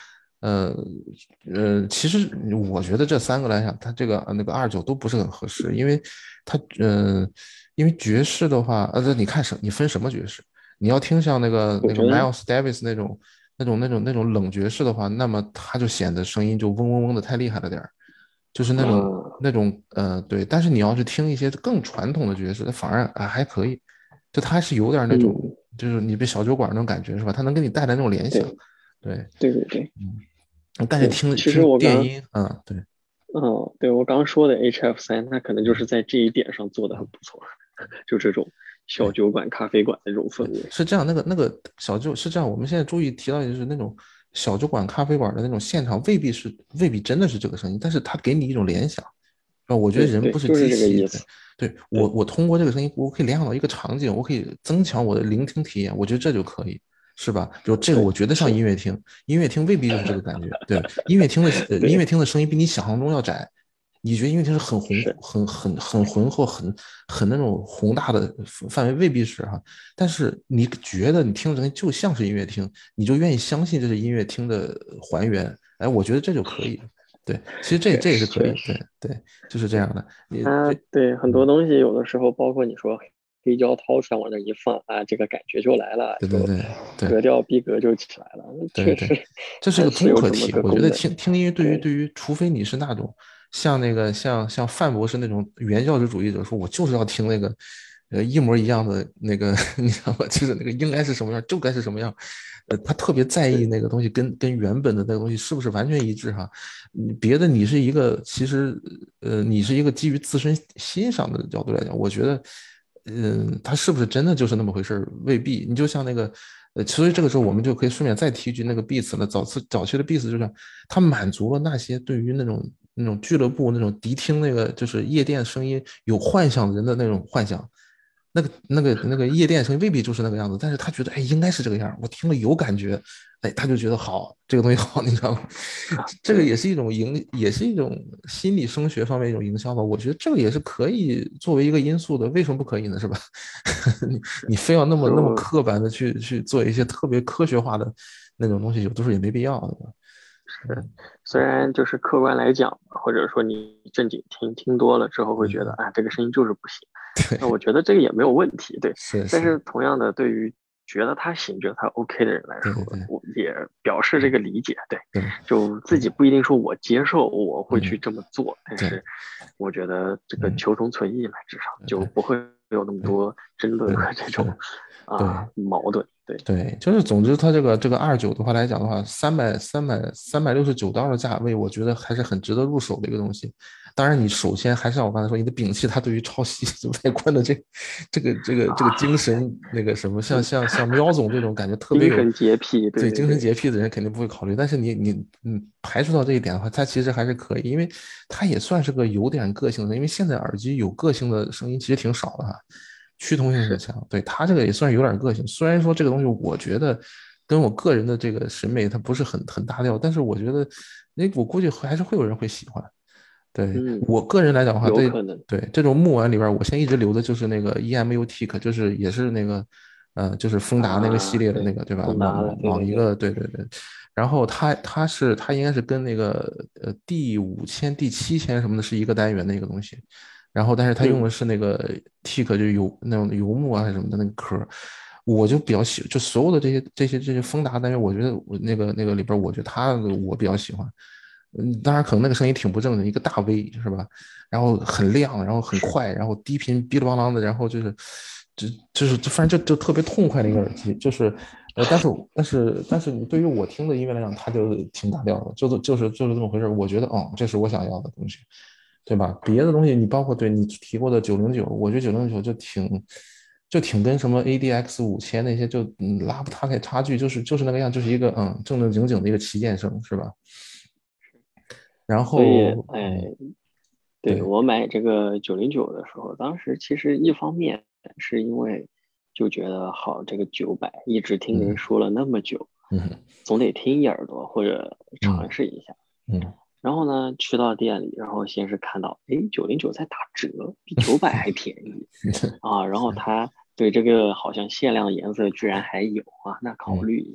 呃呃，其实我觉得这三个来讲，它这个呃那个二九都不是很合适，因为它呃，因为爵士的话，呃，你看什你分什么爵士？你要听像那个那个古筝。 Miles Davis 那种那种那种那种冷爵士的话，那么它就显得声音就嗡嗡嗡的太厉害了点儿，就是那种嗯， 那种呃对。但是你要是听一些更传统的爵士，它反而啊还可以，就它是有点那种嗯， 就是你被小酒馆那种感觉是吧？它能给你带来那种联想， 对对。 对对对嗯，但是对， 听听其实我刚， 电音，嗯，对， 嗯，对我刚说的 H F 三，它可能就是在这一点上做的很不错，就这种小对酒馆、咖啡馆的这种氛对， 围。 是这样。那个那个小酒是这样，我们现在注意提到的就是那种小酒馆、咖啡馆的那种现场，未必是未必真的是这个声音，但是它给你一种联想，啊，我觉得对对， 人不是就是这个机器，对意思。 对，我对， 我通过这个声音，我可以联想到一个场景，我可以增强我的聆听体验，我觉得这就可以，是吧？比如这个，我对， 觉得像是， 音乐厅，音乐厅未必就是这个感觉，对，音乐厅的呃音乐对， 厅的声音比你想象中要窄，你觉得音乐厅是很宏是， 很很很浑厚、很很那种宏大的范围，未必是哈，但是你觉得你听的声音就像是音乐厅，你就愿意相信这是音乐厅的还原，哎，我觉得这就可以。对，其实这确实这也是可以，对确实。 对，就是这对， 样的。你它这， 对很多嗯， 东西，有的时候包括你说黑胶掏出来往那一放啊，这个感觉就来了，就对对对对格调逼格就起来了。那对对， 确实这是一个它是有这么综合体。我觉得个功能。 听听音乐对于对对于，除非你是那种像那个像像范博士那种原教旨主义者，说我就是要听那个呃一模一样的那个，你知道吧？就是那个应该是什么样就该是什么样。呃，他特别在意对那个东西跟跟原本的那个东西是不是完全一致哈。嗯别的你是一个其实呃你是一个基于自身欣赏的角度来讲，我觉得嗯，它是不是真的就是那么回事未必。你就像那个，呃，所以这个时候我们就可以顺便再提一句那个 Beats 了。早期早期的 Beats 就是它满足了那些对于那种那种俱乐部那种迪厅那个就是夜店声音有幻想的人的那种幻想。那个那个那个夜店声音未必就是那个样子，但是他觉得哎应该是这个样，我听了有感觉，哎他就觉得好，这个东西好，你知道吗？ 啊， 这个对， 也是一种营，也是一种心理声学方面一种营销吧。我觉得这个也是可以作为一个因素的，为什么不可以呢？是吧？你你非要那么那么就刻板的去去做一些特别科学化的那种东西，有的时候也没必要，对吧？ 是，虽然就是客观来讲，或者说你正经听听多了之后会觉得嗯， 啊，这个声音就是不行。那对， 我觉得这个也没有问题，对。 是是， 但是同样的，对于觉得他行、觉得他 OK 的人来说， 对对我也表示这个理解，对。 对就自己对， 不一定说我接受，我会去嗯， 这么做，但对， 是我觉得这个嗯， 求同存异嘛，至少就对不会有那么对多争论对， 和这种是， 啊对。 矛盾，对。 对，就是总之，它这个这个二九的话来讲的话，三百三百三百六十九刀的价位，我觉得还是很值得入手的一个东西。当然，你首先还是像我刚才说，你得摒弃它对于抄袭外观的这这个这个这个精啊， 神那个什么，像嗯， 像像喵总这种感觉特别有精神洁癖，对对精神对对， 洁癖的人肯定不会考虑。但是你你嗯排除到这一点的话，它其实还是可以，因为它也算是个有点个性的，因为现在耳机有个性的声音其实挺少的哈。趋同性很是， 强，对他这个也算是有点个性。虽然说这个东西，我觉得跟我个人的这个审美它不是很很搭调，但是我觉得，那我估计还是会有人会喜欢。对嗯， 我个人来讲的话，对有可能对，这种木碗里边，我现在一直留的就是那个 E M U T I C，就是也是那个呃，就是丰达那个系啊，对， 列的那个，对吧？某某丰达的，对对对， 某一个，对对对。然后它它是它应该是跟那个呃第五千、第七千什么的是一个单元的一个东西。然后但是它用嗯的是那个 T I C，就是油那种油木啊还是什么的那个壳。我就比较喜，就所有的这些这些这些丰达单元，我觉得我那个那个里边，我觉得它我比较喜欢。嗯，当然可能那个声音挺不正的，一个大 V 是吧？然后很亮，然后很是， 快，然后低频哔哩吧啷的，然后就是就就是反正就就特别痛快的一个耳机，就是呃，但是但是但是你对于我听的音乐来讲，它就挺单调的，就是就是就是这么回事。我觉得哦，这是我想要的东西，对吧？别的东西你包括对你提过的九零九，我觉得九零九就挺就挺跟什么 A D X 五千那些就嗯拉不大开差距，就是就是那个样，就是一个嗯正正经经的一个旗舰声，是吧？然所以后哎， 嗯， 对， 对， 我买这个九零九的时候，当时其实一方面是因为就觉得好，这个九百一直听人嗯说了那么久， 嗯总得听一耳朵或者嗯尝试一下。 嗯， 然后呢，去到店里，然后先是看到，哎，九零九在打折，比九百还便宜啊。然后他对这个好像限量颜色居然还有啊，那考嗯虑一下。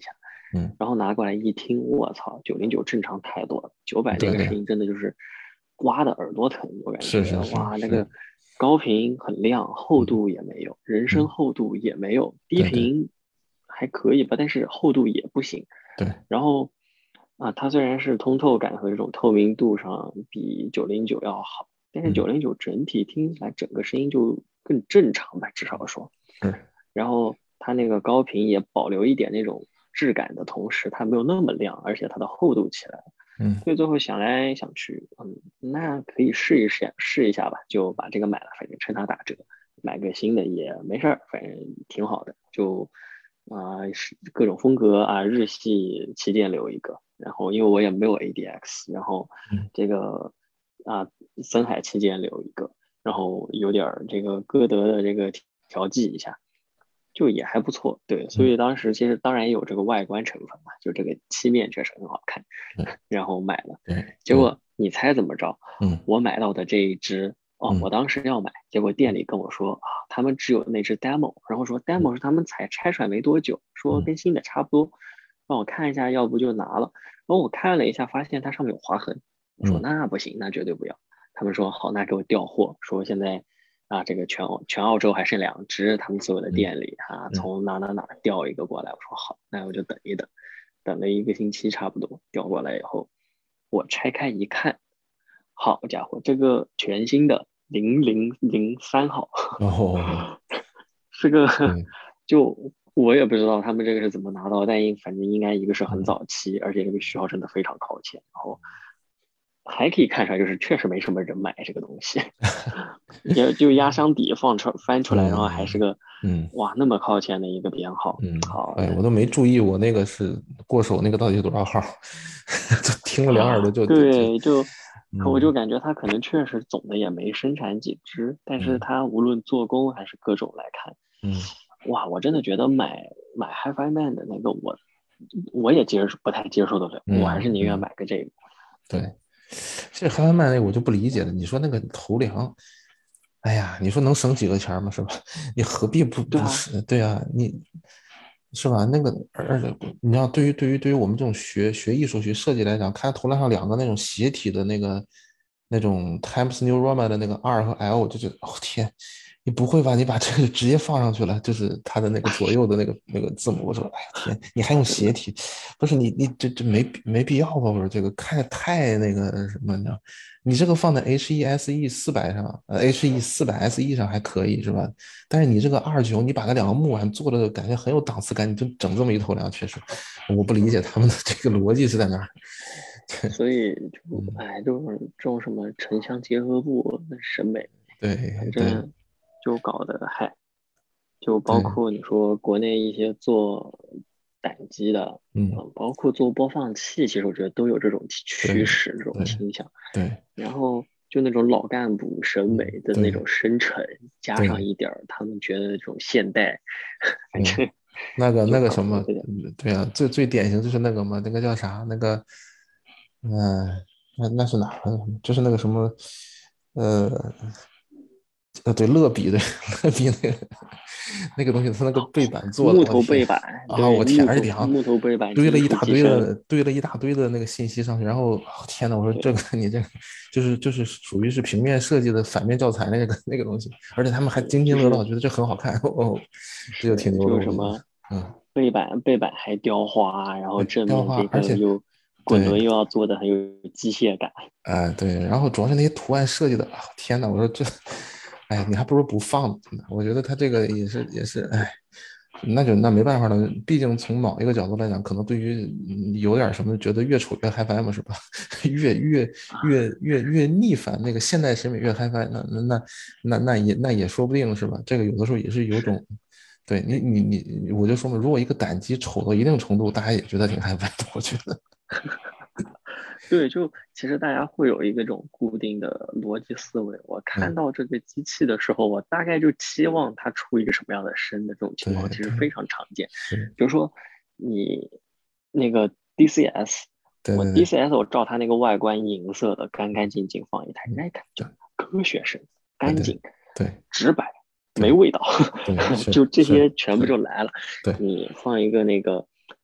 嗯， 然后拿过来一听，我操，九零九正常太多了，九百那对对， 个声音真的就是刮的耳朵疼，我感觉是是是哇，那是， 个高频很亮，厚嗯度也没有，人声嗯， 厚度也没有，低对对频还可以吧，但是厚度也不行。 对， 然后啊，它虽然是通透感和这种透明度上比九零九要好，但是九嗯零九整体听起来整个声音就更正常吧，至少说。 是， 然后它那个高频也保留一点那种质感的同时，它没有那么亮，而且它的厚度起来了。 嗯所以最后想来想去，嗯，那可以试一试，试一下吧，就把这个买了，反正趁它打折，买个新的也没事儿，反正挺好的，就啊、是各种风格啊，日系旗舰流一个，然后因为我也没有 A D X，然后嗯这个啊森海旗舰流一个，然后有点儿这个歌德的这个调剂一下，就也还不错，对，所嗯， 以当时其实当然也有这个外观成分嘛，就这个漆面确实很好看， 是， 然后买了， 对对， 结果你猜怎么着？ 嗯我买到的这一只，哦， 嗯我当时要买，结果店里跟我说啊，他们只有那只 demo，然后说嗯 demo 是他们才拆出来没多久，说嗯跟新的差不多，让我看一下，要不就拿了。然后我看了一下，发现它上面有划痕，我说嗯那不行，那绝对不要。他们说好，那给我调货，说现在啊这个全澳全澳洲还剩两只，他们所有的嗯店里啊嗯， 从哪哪哪调一个过来。我说好，那我就等一等，等了一个星期差不多，调过来以后，我拆开一看，好家伙，这个全新的零零零三号， 然后是个对， 就我也不知道他们这个是怎么拿到，但应反正应该一个是很嗯。 早期，而且这个序号真的非常靠前，然后还可以看出来，就是确实没什么人买这个东西，也就压箱底放出翻出来，然后还是嗯个嗯哇那么靠前的一个编号， 嗯， 好， 哎， 那我都没注意我那个是过手那个到底是多少号，就听了两耳朵就就就， 对，就我就嗯感觉它可能确实总的也没生产几只，但是嗯它无论做工还是各种来看， 嗯哇，我真的觉得买买 HiFi Man 的那个我我也接受不太接受得了，我还是宁愿嗯嗯， 买个这个。 对，这汉兰曼那个我就不理解了。你说那个头梁，哎呀，你说能省几个钱儿吗？是吧？你何必不对啊， 不是？对啊，你是吧？那个而且你要对于对于对于我们这种学学艺术学设计来讲，看头梁上两个那种斜体的那个那种 Times New Roman 的那个 R 和 L，就是哦天，你不会吧？你把这个直接放上去了，就是它的那个左右的那个那个字母。我说，哎呀天，你还用真的， 斜体？不是你你这这没没必要吧？我说这个看着太那个什么呢？你这个放在 H E S E 四百上，呃 H E 四百 S E 上还可以是吧？但是你这个二九，你把那两个木碗做的感觉很有档次感，你就整这么一头梁，确实我不理解他们的这个逻辑是在哪儿。 所以就嗯， 哎，就是这种什么城乡结合部的审美，反对对正就搞得嗨，就包对， 括你说国内一些做胆机的， 嗯， 嗯，包括做播放器，其实我觉得都有这种趋对势、这种对倾向。 对， 然后就那种老干部审嗯美的那对种深沉，加上对一点儿他们觉得这种现代，反对， 正那个那就个什么， 搞得这个。 嗯对啊，最最典型就是那个嘛，那个叫啥？那个，嗯、那那是哪儿的？就是那个什么，呃，呃，对，乐比对，乐比那个那个东西，它那个背板做的， 木我天头背板， 啊， 对， 我天， 木而且好像头木头背板金属堆了一大机身， 堆的，堆了一大堆的那个信息上去，然后天呐，我说这个对你这个就是就是属于是平面设计的反面教材那个那个东西，而且他们还对， 津津乐道， 就是觉得这很好看哦，这就挺是牛的，我觉得， 就是什么嗯， 背板背板还雕花，然后对，雕花， 正面这而且个又滚对， 轮又要做的很有机械感， 哎，对，然后主要是那些图案设计的，啊天呐，我说这，哎，你还不如不放呢。我觉得他这个也是也是，哎，那就那没办法了。毕竟从某一个角度来讲，可能对于嗯有点什么，觉得越丑越嗨翻嘛，是吧？越越越越越逆反，那个现代审美越嗨翻，那那那那那也那也说不定是吧？这个有的时候也是有种，对你你你，我就说嘛，如果一个胆机丑到一定程度，大家也觉得挺嗨翻的，我觉得。 对，就其实大家会有一个这种固定的逻辑思维。我看嗯， 到这个机器的时候，我大概就期望它出一个什么样的声的这种情况， 对对， 其实非常常见。 是， 比如说你那个 D C S，我对对对， D C S 我照它那个外观银色的，干干净净放一台， 嗯， 那一看就对科学声， 对对干净， 对直白，没对味道， 对， 就这是是些全部就来了。 对， 你放一个那个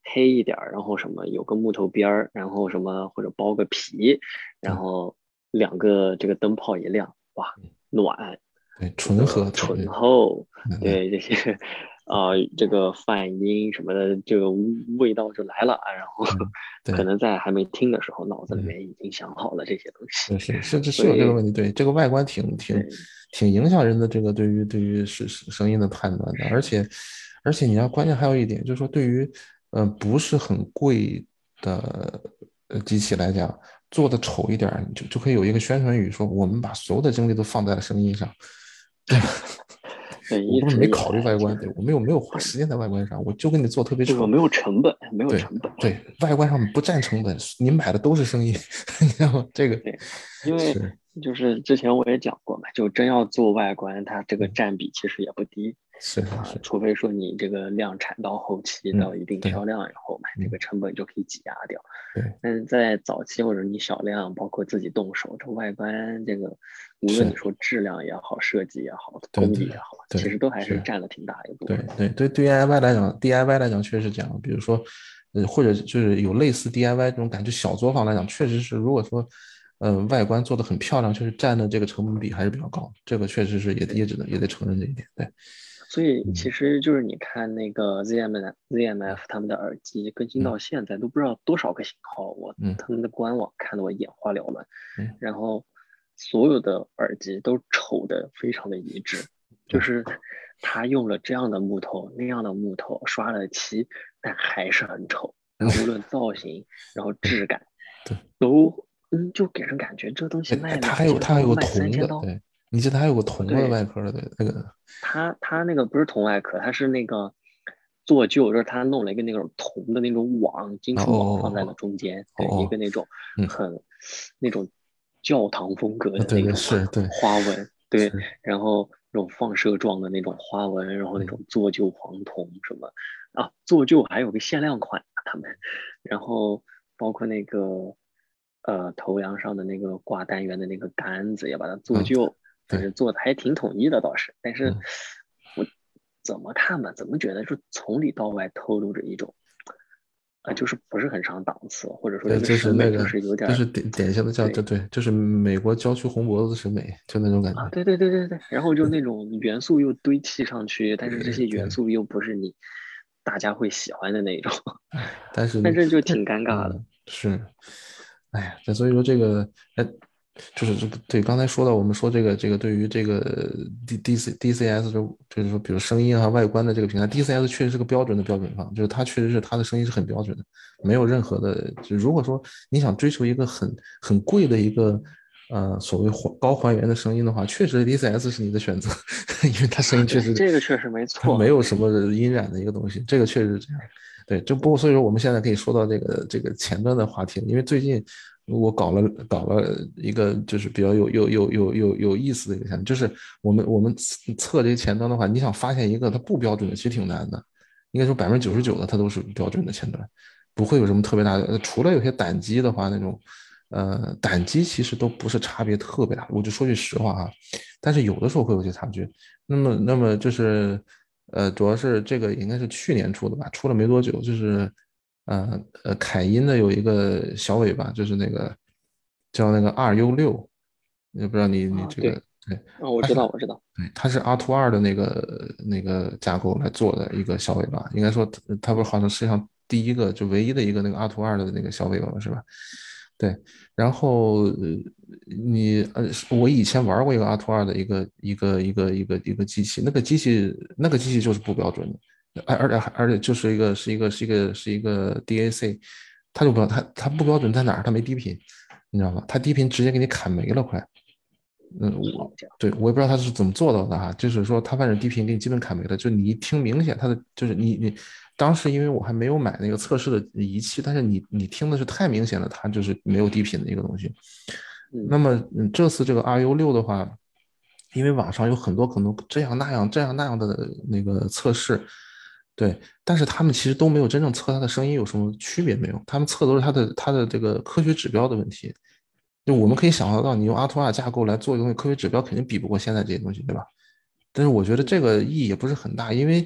黑一点儿，然后什么有个木头边儿，然后什么或者包个皮，然对后两个这个灯泡一亮，哇，暖， 对， 这醇和，对个醇对厚， 对对对这些啊、这个泛音什么的，这个味道就来了啊。然后可对能在还没听的时候，脑子里对。 面已经想好了这些东西， 是是是，这是所以有这个问题。对，这个外观挺挺对挺影响人的这个对于对于是是声音的判断的，而是。 且而且你要关键还有一点就是说，对于呃不是很贵的呃机器来讲，做的丑一点儿，就就可以有一个宣传语说我们把所有的精力都放在了声音上，对吧？ 对， 我一根本没考虑直以来， 外观，对， 其实我没有没有花对时间在外观上，我就给你做特别丑。 对我没有成本，没有对成本。 对，外观上不占成本，你买的都是声音，你知道吗？这个对，因为是就是之前我也讲过嘛，就真要做外观，它这个嗯占比其实也不低啊， 是是是， 除非说你这个量产到后期嗯到一定对。 销量以后嘛，这嗯， 个成本就可以挤压掉。 对， 但是在早期或者你小量，包括自己动手，这外观这个，无论你是， 说质量也好，设计也好， 对对工艺也好，其对， 实都还是是， 占了挺大一部对分。 对对，对 D I Y 来讲，D I Y 来讲确实这样。比如说，呃，或者就是有类似 D I Y 这种感觉，小作坊来讲，确实是，如果说，呃，外观做的很漂亮，确实占的这个成本比还是比较高。这个确实是也也对。 只能也得承认这一点。对， 所以其嗯实就是你看那个 Z M F Z M F 他们的耳机更新嗯到现在都不知道多少个型号，我嗯他们的官网看得我眼花缭乱， 嗯， 然后所有的耳机都丑的非常的一致，就对是他用了这样的木头那样的木头刷了漆，但还是很丑，然后无论造型，然后对质感对。 都嗯就给人感觉这东西哎哎， 卖它还两千刀有它还有个卖三铜的， 千刀。 对，你记得还有个哦， 铜的对， 外壳的，对，那个它它那个不是铜外壳，它是那个做旧，就是它弄了一个那种铜的那种网，金哦属网放在了哦中间，对，一个哦哦哦， 那种嗯， 很那种教堂风格啊对对的那种是，对花纹，对， 是， 然后那种放射状的那种花纹，然后那嗯种做旧黄铜什么啊，做旧还有个限量款，他们，然后包括那个呃头梁上的那个挂单元的那个杆子也把它做嗯旧。但对， 是做的还挺统一的倒是，但是嗯。 我怎么看吧，怎么觉得是从里到外透露着一种，呃，就是不是很上档次，或者说对， 这个就审美就是那个， 是有点儿， 就是典典型的叫，这对对，就是美国郊区红脖子的审美，就那种感啊， 觉。 对对对对对，然后就那种元素又堆砌上去，但是这些元对， 素又不是你大家会喜欢的那种， 哎，但是， 反正就但挺尴尬的。 嗯，是，哎呀，这所以说这个，哎，就是这个，对，刚才说到我们说这个这个对于这个 D D C D C S 就就是说，比如声音啊、外观的这个评价，D C S 确实是个标准的标准化，就是它确实是它的声音是很标准的，没有任何的，就如果说你想追求一个很很贵的一个。呃，所谓还高还原的声音的话，确实 D C S 是你的选择，因为它声啊，对， 音确实这个确实没它没错， 有什么音染的一个东西，这个确实是这样。对，就不过所以说我们现在可以说到这个这个前端的话题了，因为最近我搞了搞了一个就是比较有有有有有有意思的一个项目，就是我们我们测这些前端的话，你想发现一个它不标准的，其实挺难的。应该说百分之九十九的它都是标准的前端，不会有什么特别大的，呃除了有些胆机的话那种。呃，胆机其实都不是差别特别大，我就说句实话啊，但是有的时候会有些差距。那么，那么就是，呃，主要是这个应该是去年出的吧，出了没多久，就是，呃呃，凯音的有一个小尾巴，就是那个叫那个 R U 六，也不知道你你啊， 这个对， 对， 啊，我它是知道我知道， 对它是 R to 二的那个那个架构来做的一个小尾巴，应该说它它不是好像世界上第一个就唯一的一个那个 R to 二的那个小尾巴是吧？对，然后呃你呃，我以前玩过一个 R to 二的一个一个一个一个一个机器，那个机器那个机器就是不标准的，而而且而且就是一个是一个是一个是一个 D A C，它就不它它不标准在哪儿？它没低频，你知道吗？它低频直接给你砍没了快。嗯，我好家伙， 对我也不知道他是怎么做到的哈，就是说他反正低频给你基本砍没了，就你一听明显他的就是你你当时因为我还没有买那个测试的仪器，但是你你听的是太明显了，它就是没有低频的一个东西。那嗯， 么嗯这次这个 R U 六的话，因为网上有很多可能这样那样这样那样的那个测试，对，但是他们其实都没有真正测它的声音有什么区别没有，他们测都是它的它的这个科学指标的问题。就我们可以想象到，你用 R to R 架构来做一个东西，科学指标肯定比不过现在这些东西，对吧？但是我觉得这个意义也不是很大，因为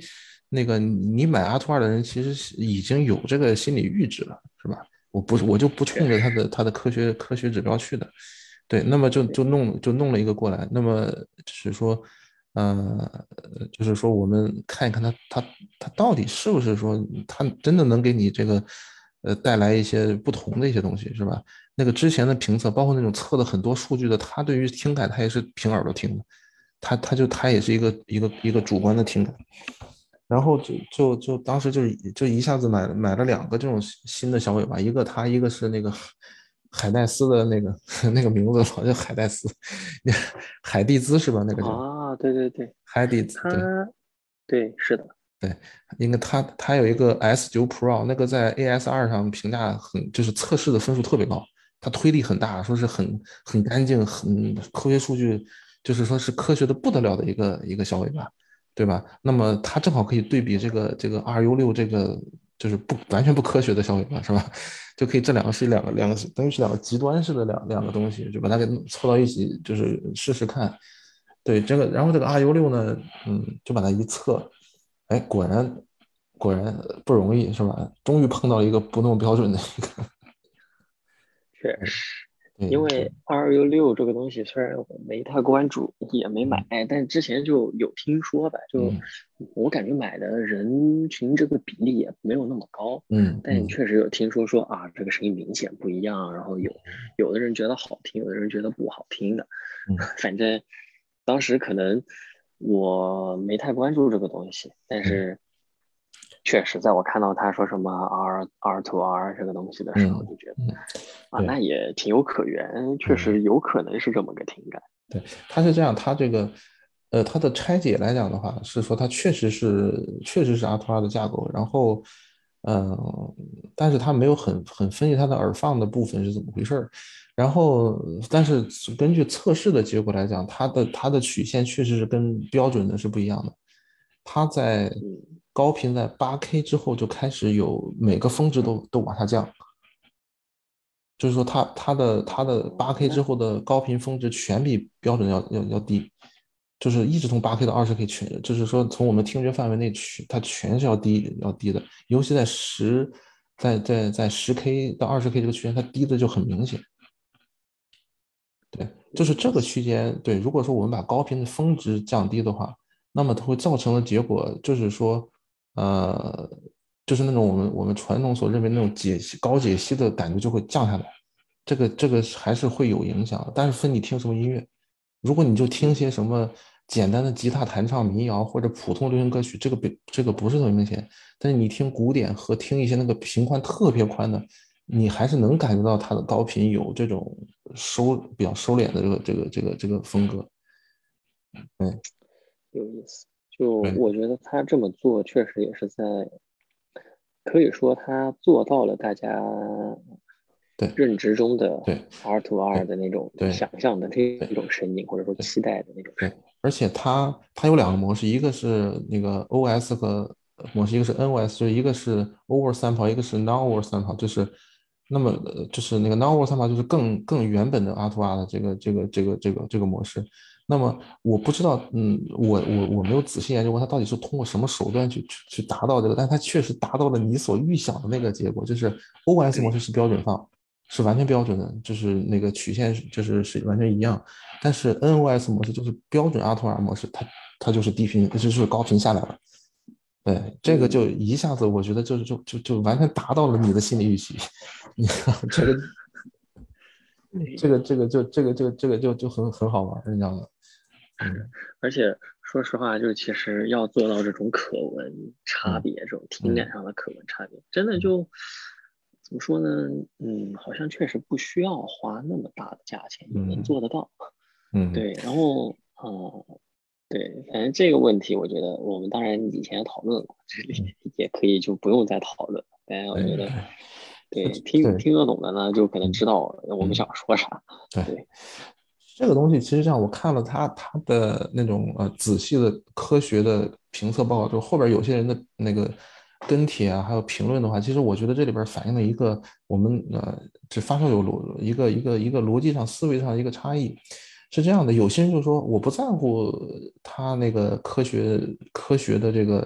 那个你买 R to R 的人其实是已经有这个心理预知了，是吧？我不是我就不冲着它确实， 的它的科学科学指标去的，对，那么就就对， 弄就弄了一个过来，那么就是说，呃，就是说我们看一看它它它到底是不是说它真的能给你这个呃带来一些不同的一些东西，是吧？那个之前的评测，包括那种测了很多数据的，他对于听感他也是凭耳朵听的，他他就他也是一个一个一个主观的听感。然后就就就当时就是就一下子买了买了两个这种新的小尾巴，一个它一个是那个海带丝的那个那个名字好像海带丝，海蒂兹是吧？那个叫啊，对对对， 海蒂兹，对它，对，是的， 对，应该它它有一个 S 九 Pro，那个在 A S 二上评价很就是测试的分数特别高，它推力很大，说是很很干净，很科学数据，就是说是科学的不得了的一个一个小尾巴。对吧？那么它正好可以对比这个这个 R U 六这个就是不完全不科学的小尾巴，是吧？就可以这两个是两个两个等于是两个极端式的两两个东西，就把它给凑到一起，就是试试看。对这个，然后这个 R U 六呢，嗯，就把它一测，哎，果然果然不容易，是吧？终于碰到一个不那么标准的一个， 确实，因对对， 为二 U 六这个东西虽然我没太关注，也没买， 嗯但之前就有听说吧，就嗯我感觉买的人群这个比例也没有那么高， 嗯嗯但确实有听说说啊，这个声音明显不一样，然后有有的人觉得好听，有的人觉得不好听的， 嗯反正当时可能我没太关注这个东西，但嗯是确实在我看到他说什么 R R to R 这个东西的时候， 嗯就觉得。 嗯， 啊， 对， 那也情有可原，确嗯。 实有可能是这么个听感。 对，它是这样，它这个，呃，它的拆解来讲的话，是说它确实是确实是 R to R 的架构，然后，嗯、呃但是它没有很很分析它的耳放的部分是怎么回事儿，然后，但是根据测试的结果来讲，它的它的曲线确实是跟标准的是不一样的，它在嗯， 高频在八 K 之后就开始有每个峰值都都往下降。就是说它它的它的八哦， K 之那后的高频峰值全比标准要要要低，就是一直从八 K 到二十 K 全，就是说从我们听觉范围内全它全是要低要低的，尤其在十在在在十 K 到二十 K 这个区间，它低的就很明显。对，就是这个有意思。 区间，对，如果说我们把高频的峰值降低的话，那么它会造成的结果就是说，呃，就是那种我们我们传统所认为那种解析高解析的感觉就会降下来，这个这个还是会有影响的，但是分你听什么音乐，如果你就听些什么简单的吉他弹唱民谣或者普通流行歌曲，这个比这个不是特别明显，但是你听古典和听一些那个频宽特别宽的。你还是能感觉到它的高频有这种收比较收敛的这个这个这个这个风格。对有意思。就对我觉得他这么做，确实也是在，可以说他做到了大家对认知中的对 R to R 对的那种对想象的那对种声音，或者说对期待的那种声对， 音。 而且它它有两个模式，一个是那个 O S 和模式，一个是 N O S，就是一个是 over 三跑，一个是 non over 三跑，就是那么呃就是那个 non over 三跑就是更更原本的 R to R 的这个这个这个这个这个模式。那么我不知道，嗯，我我我没有仔细研究过它到底是通过什么手段去去去达到这个，但它确实达到了你所预想的那个结果，就是 O S 模式对， 是标准放，是完全标准的，就是那个曲线是就是是完全一样。但是 N O S 模式就是标准 R to R 模式，它它就是低频，就是高频下来了。对，这个就嗯， 一下子，我觉得就就就就完全达到了你的心理预期。你看这个对， 这个这个就这个这个这个就就很很好玩，你知道吗？嗯而且说实话，就其实要做到这种可闻差嗯别，这种听感嗯上的可闻差别，真的嗯就怎么说呢？嗯，好像确实不需要花那么大的价钱也能嗯做得到。 嗯对，然后呃，对，反正这个问题，我觉得我们当然以前也讨论过，这里嗯， 也可以就不用再讨论。但是我觉得， 对对，这对，听对， 听得懂的呢，就可能嗯知道我们嗯。 想说啥。 对， 对， 这个东西其实这样，我看了他他的那种呃仔细的科学的评测报告，就后边有些人的那个跟帖啊，还有评论的话，其实我觉得这里边反映了一个我们呃这发烧友逻一个一个一个逻辑上思维上的一个差异。是这样的，有些人就说我不在乎他那个科学科学的这个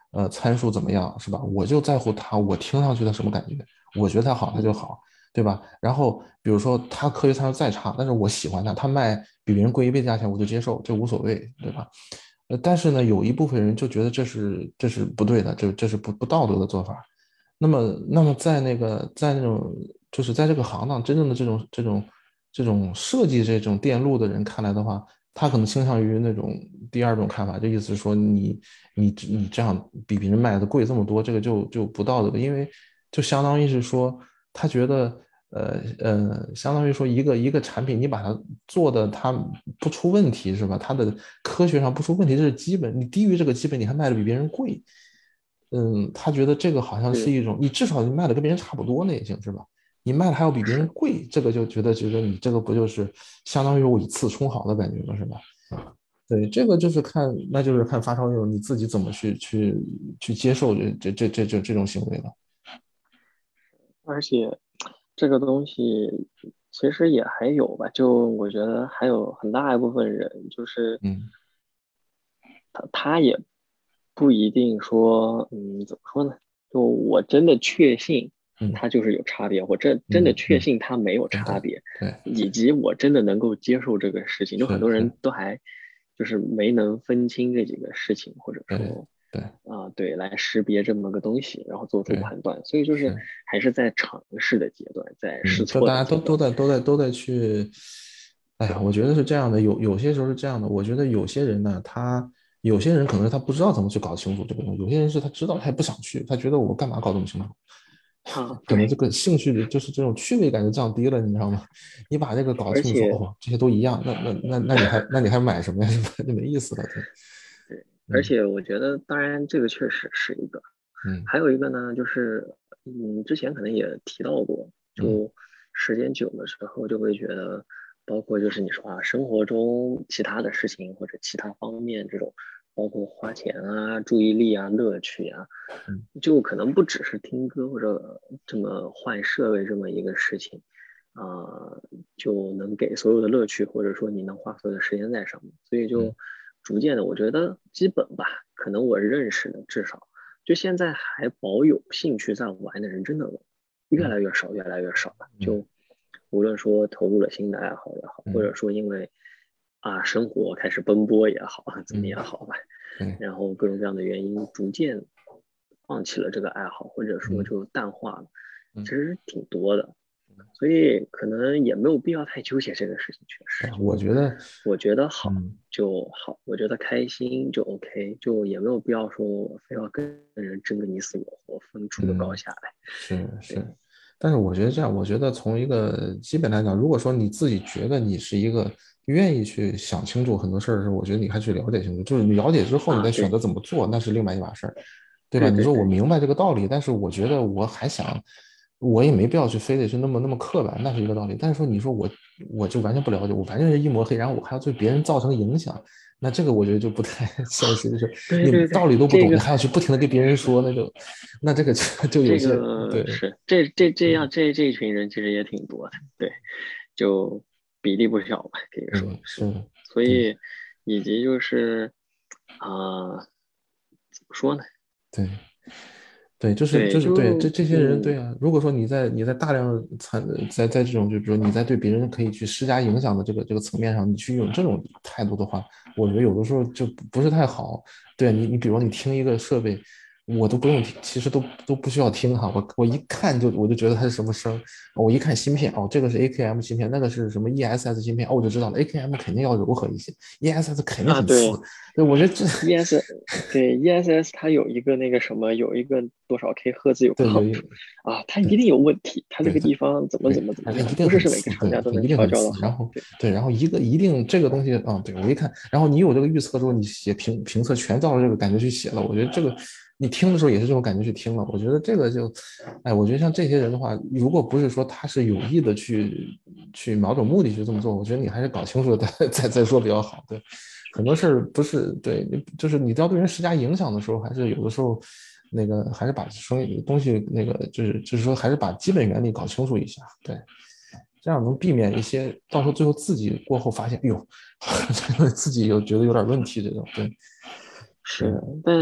呃参数怎么样，是吧？我就在乎它，我听上去的什么感觉，我觉得它好，它就嗯， 好，对吧？然后比如说它科学参数再差，但是我喜欢它，它卖比别人贵一倍价钱，我就接受，这无所谓，对吧？呃，但是呢，有一部分人就觉得这是这是不对的，这这是不不道德的做法。那么，那么在那个在那种就是在这个行当真正的这种这种这种设计这种电路的人看来的话，他可能倾向于那种第二种看法，这意思是说你你你这样比别人卖的贵这么多，这个就就不道德，因为就相当于是说他觉得呃呃，相当于说一个一个产品你把它做的它不出问题是吧？它的科学上不出问题这是基本，你低于这个基本你还卖的比别人贵。嗯，他觉得这个好像是是一种，你至少你卖的跟别人差不多那也行是吧？你卖的还要比别人是。 贵，这个就觉得觉得你这个不就是相当于我以次充好的感觉了是吧？对，这个就是看，那就是看发烧友你自己怎么去去去接受这这这这这这种行为了。 而且这个东西其实也还有吧，就我觉得还有很大一部分人，就是嗯他他也不一定说，嗯，怎么说呢？就我真的确信嗯它就是有差别，我真真的嗯嗯， 确信它没有对对差别， 对， 以及我真的能够接受这个事情。就很多是是， 人都还就是没能分清这几个事情，或者对说对啊、对，来识别这么个东西，然后做出对判断。所以就是是。 还是在尝试的阶段，在试嗯，就大家都错的阶段。 都在都在都在去，哎呀，我觉得是这样的，有有些时候是这样的，我觉得有些人呢，他有些人可能是他不知道怎么去搞清楚这个东西，有些人是他知道他也不想去，他觉得我干嘛搞这么清楚， 啊， 可能这对， 个兴趣就是这种趣味感就降低了，你知道吗？你把这个搞清楚，说而且哦，这些都一样，那那那那你还那你还买什么呀？是吧？就没意思了，对， 对，而嗯且我觉得，当然这个确实是一个， 嗯还有一个呢，就是嗯，之前可能也提到过， 嗯就时间久了之后，就会觉得，包括就是你说啊，生活中其他的事情或者其他方面这种，包括花钱啊、注意力啊、乐趣啊， 嗯就可能不只是听歌或者这么换设备这么一个事情，啊、就能给所有的乐趣，或者说你能花所有的时间在上面，所以嗯就逐渐的，我觉得基本吧，可能我认识的至少就现在还保有兴趣在玩的人，真的越嗯来越少，越来越少了。 嗯就无论说投入了新的爱好也好，或嗯者说因为啊生活开始奔波也好，怎么也嗯， 好吧， 对， 然后各种各样的原因，逐渐放弃了这个爱好，或者说嗯就淡化了，其嗯。 实挺多的。所以可能也没有必要太纠结这个事情，确哎， 实，就我觉得， 我觉得好嗯， 就好，我觉得开心就 OK，就也没有必要说我非要跟人争个你死我活，分出个高嗯， 下来。 是对是，但是我觉得这样，我觉得从一个基本来讲，如果说你自己觉得你是一个愿意去想清楚很多事儿的时候，我觉得你还去了解清楚，就是你了解之后，你啊， 再选择对怎么做，那是另外一码事儿，对吧？你对对对说我明白这个道理，但是我觉得我还想，我也没必要去非得是那么那么刻板，那是一个道理。但是说你说我我就完全不了解，我完全是一抹黑，然后我还要对别人造成影响，那这个我觉得就不太现实，就是你对对对， 道理都不懂，你这个还要去不停的跟别人说，那就那这个就就有这些对， 个是这这这样这这一群人其实也挺多的，对，就比例不小吧，可以说嗯， 是。 是，对所以以及就是啊、怎么说呢？ 对。对，就是对， 就是对这就这些人，对嗯啊。如果说你在你在大量参在在这种就比如你在对别人可以去施加影响的这个这个层面上，你去用这种态度的话，我觉得有的时候就不不是太好。对啊你你比如你听一个设备，我都不用听，其实都都不需要听哈，我我一看就我就觉得它是什么声，我一看芯片哦，这个是 A K M 芯片，那个是什么 E S S 芯片，哦我就知道了，A K M 肯定要柔和一些，E S S 肯定啊， 很次。 对对，我觉得这 ，E S 对 E S S 它有一个那个什么，有一个多少 K 赫兹有个对有一好处啊，它一对定有问题，它这对对。 个地方怎么对， 怎么怎么样， 它它一定不是是每个很次，对， 厂家都能它一定很次。 调教的好， 然后对对，然后一个一定这个东西，啊，对我一看，然后你有这个预测之后，你写评评测全照着这个感觉去写了。我觉得这个你听的时候也是这种感觉去听了。我觉得这个就，哎，我觉得像这些人的话，如果不是说他是有意的去去某种目的去这么做，我觉得你还是搞清楚了再再再说比较好。对，很多事儿不是对，你就是你要对人施加影响的时候，还是有的时候。那个还是把生意东西那个就是就是说还是把基本原理搞清楚一下，对，这样能避免一些到时候最后自己过后发现，哎呦，自己有觉得有点问题这种，对，是， 是，但嗯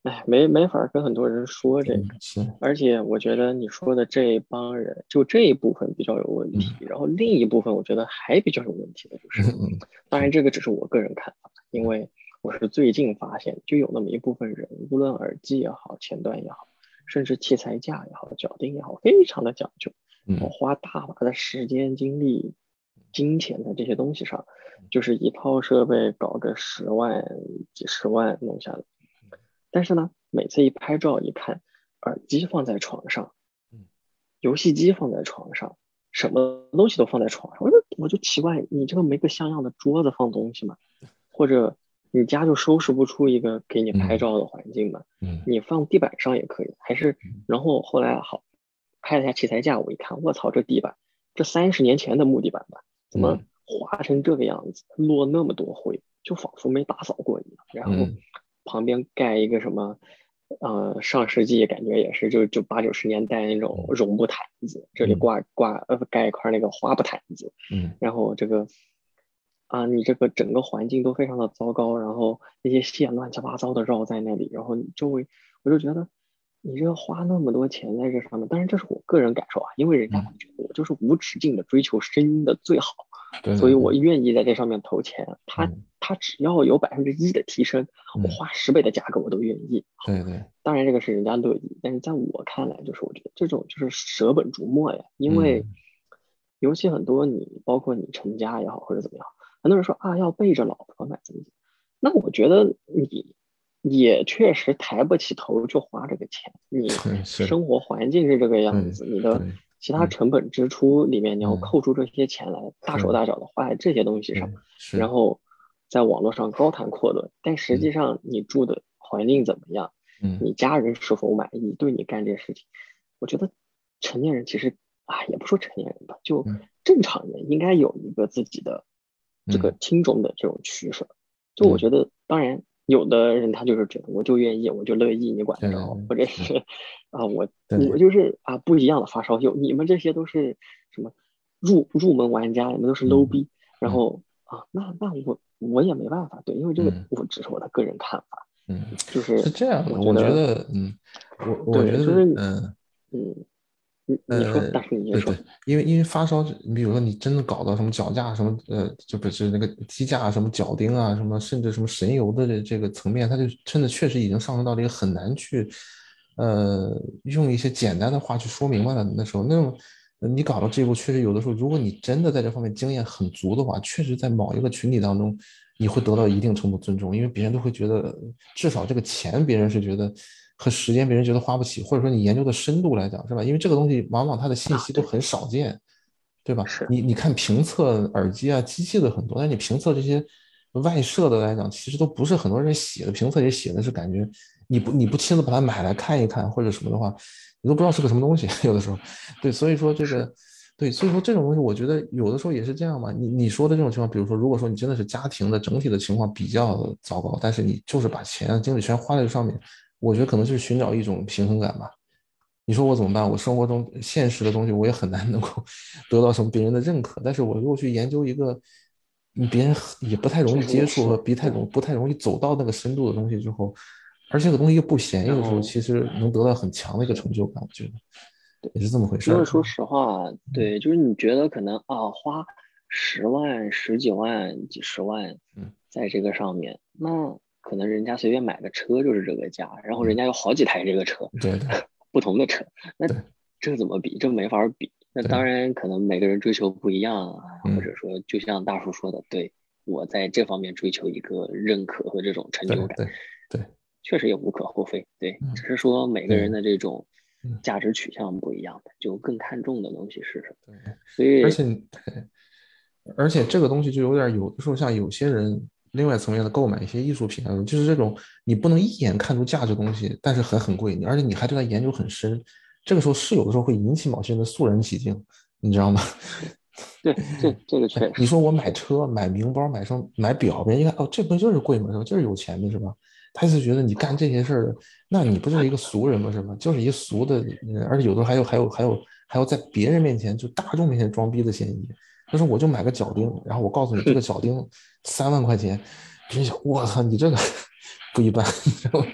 哎，没没法跟很多人说这个。 嗯，是， 而且我觉得你说的这帮人，就这一部分比较有问题， 嗯然后另一部分我觉得还比较有问题的就嗯是， 嗯， 当然这个只是我个人看法，因为我是最近发现，就有那么一部分人，无论耳机也好，前端也好，甚至器材架也好，脚钉也好，非常的讲究，我嗯花大把的时间、精力、金钱在这些东西上，就是一套设备搞个十万、几十万弄下来。但是呢，每次一拍照一看，耳机放在床上， 嗯游戏机放在床上，什么东西都放在床上，我就我就奇怪，你这个没个像样的桌子放东西吗？或者你家就收拾不出一个给你拍嗯照的环境吗？ 嗯你放地板上也可以，还是嗯然后后来好拍了一下器材架，我一看，我操，这地板，这三十年前的木地板吧，怎么嗯滑成这个样子，落那么多灰，就仿佛没打扫过一样。然后嗯旁边盖一个什么，呃，上世纪感觉也是就就八九十年代那种嗯绒布毯子，这里嗯挂挂呃盖一块那个花布毯子， 嗯然后这个啊，你这个整个环境都非常的糟糕，然后那些线乱七八糟的绕在那里，然后你周围，我就觉得你这花那么多钱在这上面，当然这是我个人感受啊，因为人家嗯， 感觉我就是无止境的追求声音的最好，所以我对对对， 愿意在这上面投钱。他嗯他只要有百分之一的提升，我嗯， 花十倍的价格我都愿意。 对对， 当然这个是人家乐意，但是在我看来，就是我觉得这种就是舍本逐末呀，因为嗯尤其很多你包括你成家也好或者怎么样。很多人说啊，要背着老婆买怎么怎么，那我觉得你也确实抬不起头就花这个钱，你对是， 生活环境是这个样对子，你的对， 其他嗯成本支出里面你要嗯扣除这些钱来，大手是大脚的花在这些东西上， 对是， 然后在网络上高谈阔论，但实嗯际上你住的环境怎么样， 嗯你家人是否满意，对你干这事情，我觉得成年人其实啊，也不说成年人吧，就嗯正常人应该有一个自己的这个嗯轻重的这种取舍。就我觉嗯， 得，当然有的人他就是觉得我就愿意，我就乐意，你管得对着，或者是， 是啊，我我对， 就是啊不一样的发烧友，你们这些都是什么入入门玩家，你们都是 low 嗯逼，然嗯后啊，那那我我也没办法，对，因为这个嗯。 我只是我的个人看法， 嗯，是就是这样的，我觉我觉得得，嗯，我我觉对，就得， 是嗯嗯，你你说， 呃， 大叔你先对对， 说。 因为因为发烧，你比如说你真的搞到什么脚架什么，呃，就不是那个机架啊什么脚钉啊，什么甚至什么神游的这这个层面，它就真的确实已经上升到了一个很难去，呃，用一些简单的话去说明白了。那时候，那种呃你搞到这一步，确实有的时候，如果你真的在这方面经验很足的话，确实在某一个群体当中，你会得到一定程度尊重，因为别人都会觉得，至少这个钱别人是觉得和时间别人觉得花不起，或者说你研究的深度来讲，是吧？因为这个东西往往它的信啊，对， 息都很少见，对吧？ 是你你看评测耳机啊、机器的很多，但你评测这些外设的来讲，其实都不是很多人写的，评测也写的是感觉你不你不亲自把它买来看一看或者什么的话，你都不知道是个什么东西，有的时候，对，所以说这是， 个。对，所以说这种东西，我觉得有的时候也是这样嘛。你你说的这种情况，比如说，如果说你真的是家庭的整体的情况比较糟糕，但是你就是把钱啊精力全花在这上面，我觉得可能就是寻找一种平衡感吧。你说我怎么办？我生活中现实的东西我也很难能够得到什么别人的认可，但是我如果去研究一个嗯别人也不太容易确实也是， 接触和不太对， 容不太容易走到那个深度的东西之后，而且这个东西又不便宜的时候， 然后其实能得到很强的一个是。 成就感，我觉得也是这么回事儿。 因为说实话，对，就是你觉得可能啊，花十万、十几万、几十万嗯在这个上面，那可能人家随便买个车就是这个价，然后人嗯， 家有好几台这个车， 对对不同的车，那对这怎么比？这没法儿比。那当对， 然，可能每个人追求不一样啊，或嗯者说，就像大叔说的，对，我在这方面追求一个认可和这种成就感。 对对对， 确实也无可厚非，对， 嗯只是说每个人对， 的这种嗯价值取向不一样，就更看重的东西是什么。 对， 所以， 而且对，而且这个东西就有点有的时候像有些人另外层面的购买一些艺术品啊，就是这种你不能一眼看出价值的东西，但是很很贵，你而且你还对它研究很深，这个时候是有的时候会引起某些人的肃然起敬，你知道吗？ 是，对，这这个哎， 确实， 你说我买车、买名包、买双买表，别人一看，哦，这不就是贵吗？是吧？就是有钱的是吧？他就觉得你干这些事儿，那你不就是一个俗人吗？是吧？就是一个俗的，呃而且有的时候还有还有还有还要在别人面前就大众面前装逼的嫌疑。他说我就买个脚钉，然后我告诉你这个脚钉三万块钱，别人想我操你这个不一般，你知道吗？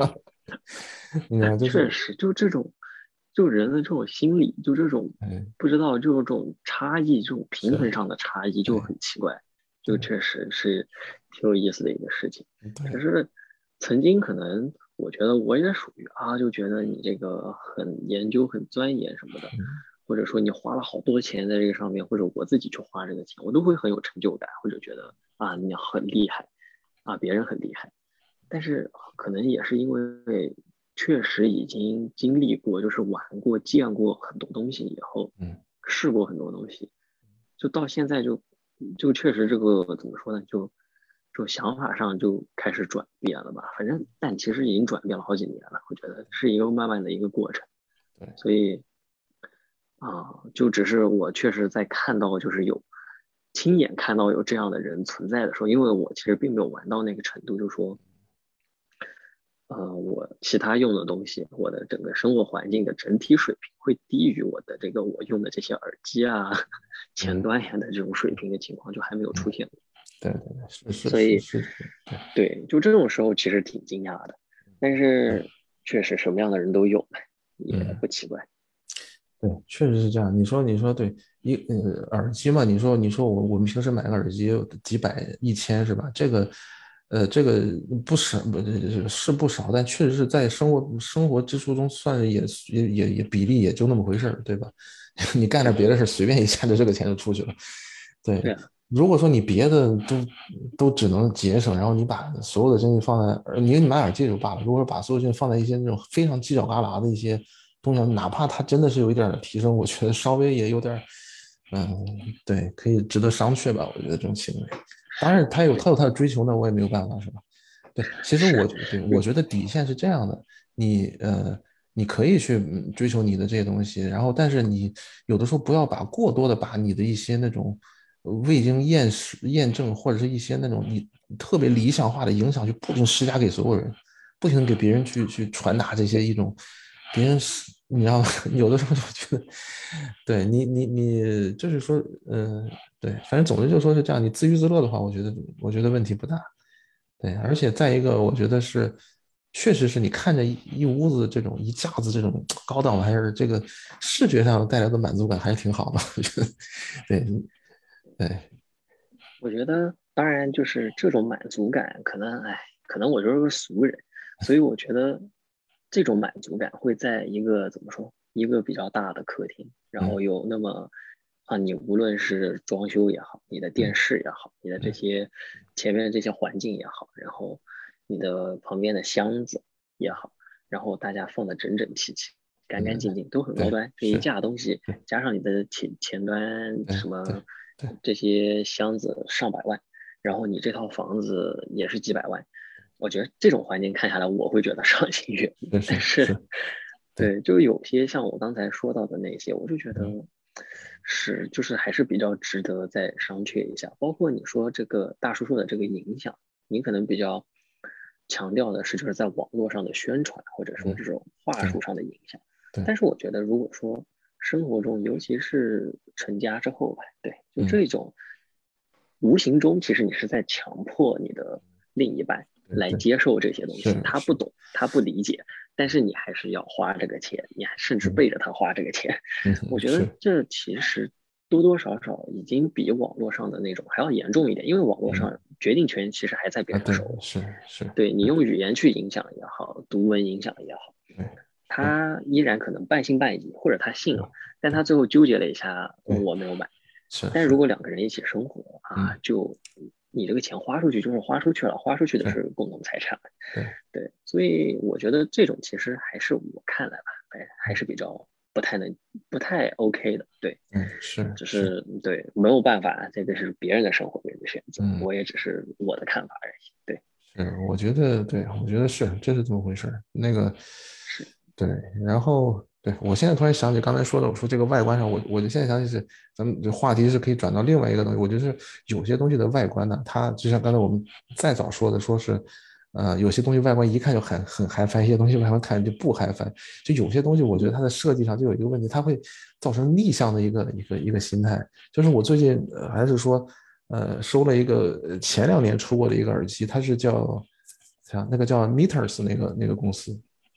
你知道，就是， 确实，就这种，就人的这种心理，就这种嗯， 不知道，就这种差异，这种是， 评分上的差异就对很奇怪，就对确实是挺有意思的一个事情。可对， 是曾经可能我觉得我也属于啊，就觉得你这个很研究、很钻研什么的， 嗯或者说你花了好多钱在这个上面，或者我自己去花这个钱，我都会很有成就感，或者觉得啊你很厉害啊，别人很厉害。但是可能也是因为确实已经经历过，就是玩过、见过很多东西以后， 嗯试过很多东西，就到现在就就确实这个怎么说呢，就就想法上就开始转变了吧。反正但其实已经转变了好几年了，我觉得是一个慢慢的一个过程。 对， 所以啊，就只是我确实在看到就是有亲眼看到有这样的人存在的时候，因为我其实并没有玩到那个程度，就说。呃，我其他用的东西，我的整个生活环境的整体水平会低于我的这个我用的这些耳机啊、前嗯端呀的这种水平的情况就还没有出嗯， 现过。 对对对，是是所以， 是是，对。 对，就这种时候其实挺惊讶的，但是确实什么样的人都有，也嗯， 不奇怪。 对，确实是这样。你说，你说对，一呃耳机嘛，你说，你说我我们平时买个耳机几百一千是吧？这个，呃，这个不少，不是是不少，但确实是在生活生活支出中算是也也也也比例也就那么回事儿，对吧？你干点别的事随便一下就这个钱就出去了。对， 对啊， 如果说你别的都都只能节省，然后你把所有的精力放在，呃你你买耳机就罢了，如果说把所有精力放在一些那种非常犄角旮旯的一些东西上，哪怕它真的是有一点儿提升，我觉得稍微也有点儿，嗯，对，可以值得商榷吧？我觉得这种行为，当然他有对， 他有他的追求，那我也没有办法，是吧？对，其实我是， 对我觉得底线是这样的，你呃，你可以去嗯追求你的这些东西，然后但是你有的时候不要把过多的把你的一些那种呃未经验识验证或者是一些那种你特别理想化的影响，去不停施加给所有人，不停地给别人去去传达这些一种别人是你知道吗？有的时候就觉得，对你你你就是说，嗯、对，反正总之就说是这样，你自娱自乐的话，我觉得我觉得问题不大。对，而且再一个，我觉得是，确实是你看着一一屋子这种一架子这种高档玩意儿，这个视觉上带来的满足感还是挺好的，我觉得。对对， 我觉得，当然就是这种满足感，可能，哎，可能我就是个俗人，所以我觉得这种满足感会在一个怎么说，一个比较大的客厅，然嗯后有那么啊，你无论是装修也好，你的电嗯视也好，你的这嗯些前面的这些环境也好，然后你的旁边的箱子也好，然后大家放的整整齐齐。干干净嗯， 净，都很高对， 端。这一是， 架东西是， 加上你的前前端对什么对对， 这些箱子上百万，然后你这套房子也是几百万，我觉得这种环境看下来，我会觉得赏心悦目。 是但是， 是是，对， 对，就有些像我刚才说到的那些，我就觉得嗯是就是还是比较值得再商榷一下。包括你说这个大叔说的这个影响，你可能比较强调的是就是在网络上的宣传，或者说嗯， 这种话对术上的影响。 对， 但是我觉得，如果说生活中，尤其是成家之后吧，对，就嗯这种无形中，其实你是在强迫你的另一半对对， 来接受这些东西。 是是， 他不懂，他不理解，但是你还是要花这个钱，你还甚至嗯背着他花这个钱。 嗯我觉得是， 这其实多多少少已经比网络上的那种还要严重一点，因为网络嗯上决定权其实还在别啊对， 人手里。 是是， 对你用语言去影响也好，读文影响也好。 对是他依然可能半信半疑，或者他信是， 了，但对他最后纠结了一下， 对我没有买。 是是， 但如果两个人一起生活啊， 嗯就你这个钱花出去就是花出去了，花出去的是， 是共同财产。 对， 对，所以我觉得这种其实还是我看来吧，还还嗯是比较不太能、不太 OK 的。对， 嗯是是， 只是对没有办法，这个是别人的生活，别人的选择， 嗯。 我也只是我的看法而已。对， 是，我觉得对，我觉得是，这是这么回事儿。那个， 是， 对，然后对我现在突然想起刚才说的，我说这个外观上，我我就现在想起是，咱们这话题是可以转到另外一个东西。我觉得是有些东西的外观呢，它就像刚才我们再早说的，说是，呃，有些东西外观一看就很很嗨翻，一些东西外观看着就不嗨翻。就有些东西，我觉得它的设计上就有一个问题，它会造成逆向的一个一个一个心态。就是我最近呃还是说。呃，收了一个呃前两年出过的一个耳机，它是叫像那个叫 Meters 那个那个公司，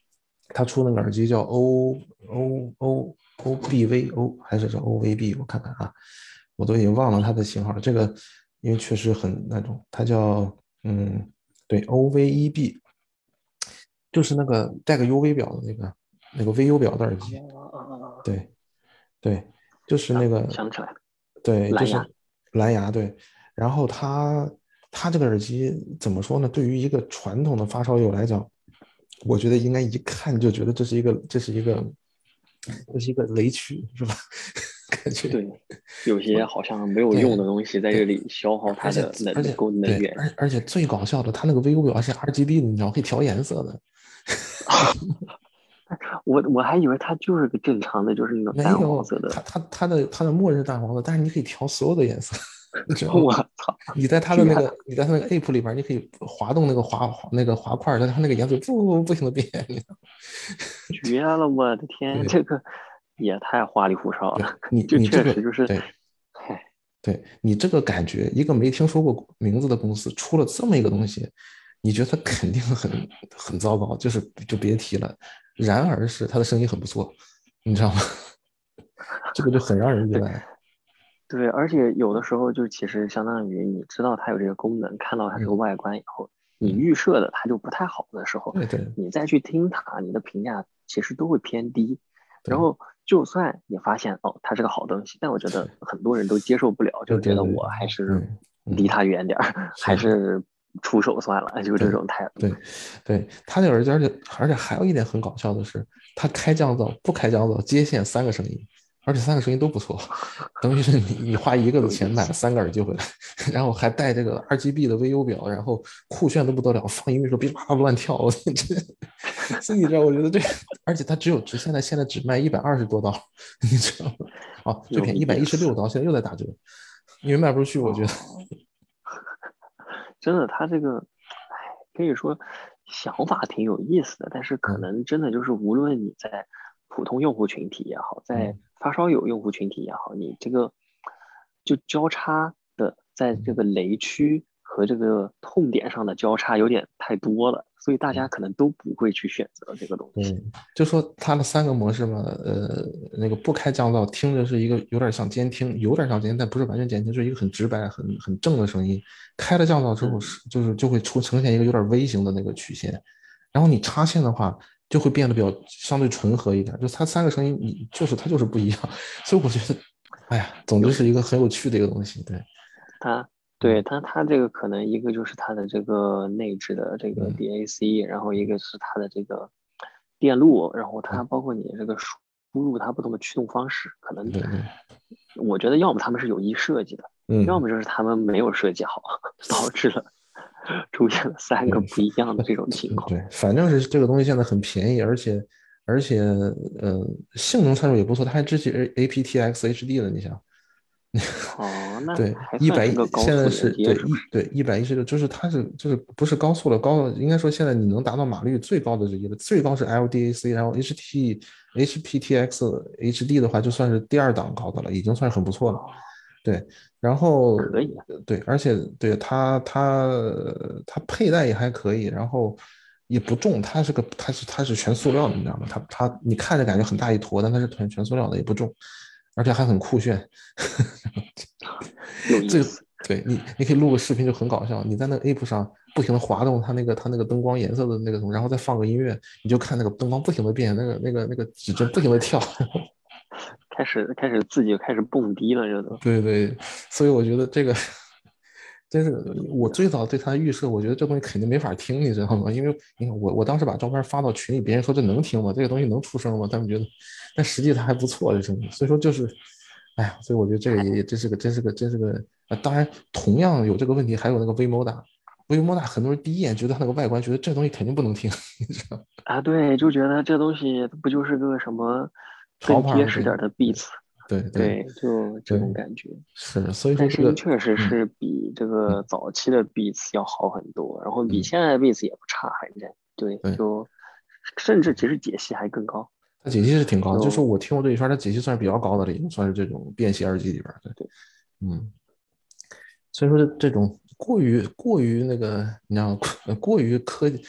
他出那个耳机叫 O O O O B V O 还是叫 O V B， 我看看啊，我都已经忘了它的型号了。这个因为确实很那种，它叫嗯对 O V E B，就是那个带个 U V 表的那个那个 V U 表的耳机。 啊， 对对，就是那想个想起来了， 对，就蓝牙。 是蓝牙对。然后它它这个耳机怎么说呢？对于一个传统的发烧友来讲，我觉得应该一看就觉得这是一个这是一个这是一个雷区，是吧？感觉对，有些好像没有用对的东西在这对， 里消耗而且它的能而且能够能对， 源。 而而且最搞笑的，它那个 V U 表是 R G B 的，你知道可以调颜色的。 我我还以为它就是个正常的，就是那种淡黄没有， 色的。 它它它的它的默认是淡黄色，但是你可以调所有的颜色，你知道吗？ 我操， 你在它的那绝了个你在它那个 App 里边，你可以滑动那个滑滑那个滑块，它它那个颜色不不不停的变。你知道吗？ 绝了！我的天， 对这个也太花里胡哨对， 了。就你你这确实就是， 个对唉， 对你这个感觉，一个没听说过名字的公司出了这么一个东西，你觉得它肯定很很糟糕，就是就别提了。然而是它的声音很不错，你知道吗？这个就很让人意对外。 对，而且有的时候就其实相当于你知道它有这个功能，看到它这个嗯外观以后，你嗯， 预设的它就不太好的时候， 对对你再去听它，你的评价其实都会偏低。然对后就算你发现哦，它是个好东西，但我觉得很多人都接受不了，就对对对觉得我还是对，嗯， 离它远点儿，还是的。 是出手算了，就这对种态度。 对对，它这耳机，而且而且还有一点很搞笑的是，它开降噪不开降噪，接线三个声音，而且三个声音都不错，等于是你你花一个的有意思。 钱买了三个耳机回来，然后还带这个 R G B 的 V U 表，然后酷炫的不得了，放音乐时候噼啪乱跳，这所以你知道，我觉得这个，而且它只有只现在现在只卖一百二十多刀，你知道吗？哦，最有便宜一百意思。 一十六刀，现在又在打折，因为卖不出去，我觉得。 哦，真的，他这个，哎，可以说想法挺有意思的，但是可嗯能真的就是无论你在普通用户群体也好，在嗯发烧友用户群体也好，你这个就交叉的在这嗯个雷区和这个痛点上的交叉有点太多了，所以大家嗯。 可能都不会去选择这个东西。 对，就说它的三个模式嘛，呃，那个不开降噪，听着是一个有点像监听，有点像监听，但不是完全监听，就是一个很直白、很很正的声音。开了降噪之后嗯， 是就是就会出呈现一个有点微型的那个曲线，然后你插线的话就会变得比较相对纯和一点，就它三个声音你就是它就是不一样，所以我觉得，哎呀，总之是一个有意思。 很有趣的一个东西，对， 它对嗯它它这个可能一个就是它的这个内置的这个嗯 D A C，然后一嗯个是它的这个电路，然后它嗯， 包括你这个输入它不同的驱动方式，可能对对， 我觉得要么他们是有意设计的，要嗯。 么就是他们没有设计好，导致了出现了三个对， 不一样的这种情况。 对，反正是这个东西现在很便宜，而且而且呃性能参数也不错，它还支持 A P T X H D 了，你想， 哦，那对， 还算一百是个高现在速连是对接是不是？ 一对一百一十六，就是它是就是不是高速了，高应该说现在你能达到码率最高的之一了，最高是 L D A C，然后 H T H P T X H D 的话就算是第二档高的了，已经算是很不错了。 哦， 对，然后可以啊。 对，而且对它它它佩戴也还可以，然后也不重，它是个它是它是全塑料的，你知道吗？它它你看着感觉很大一坨，但它是全全塑料的，也不重，而且还很酷炫。最有意思。 对你你可以录个视频就很搞笑，你在那个 App 上不停的滑动它那个它那个灯光颜色的那个东西，然后再放个音乐，你就看那个灯光不停的变，那个那个那个指针不停的跳。 开始开始自己开始蹦迪了，这都。 对对，所以我觉得这个真是我最早对他的预设，我觉得这东西肯定没法听，你知道吗？因为你看我我当时把照片发到群里，别人说这能听吗？这个东西能出声吗？他们觉得，但实际它还不错这声音，所以说就是，哎呀，所以我觉得这个也也真是个真是个真是个，呃，当然同样有这个问题，还有那个 VMODA，VMODA 很多人第一眼觉得它那个外观，觉得这东西肯定不能听，你知道吗？ 啊，对，就觉得这东西不就是个什么更潮牌儿，对结实点儿的 beats。 对对对，就这对， 种感觉。 是，所以说但声音这个， 确实嗯是比这个嗯早期的 Beats 要好很多，然后比嗯， 现在的 Beats 也不差，反正对， 对。 就甚至其实解析还更高。 它解析是挺高的，就说就我听过这一圈，它解析算是比较高的了，已经算是这种便携耳机里边对， 对， 嗯，所以说这种过于过于那个，你知道，过于科技，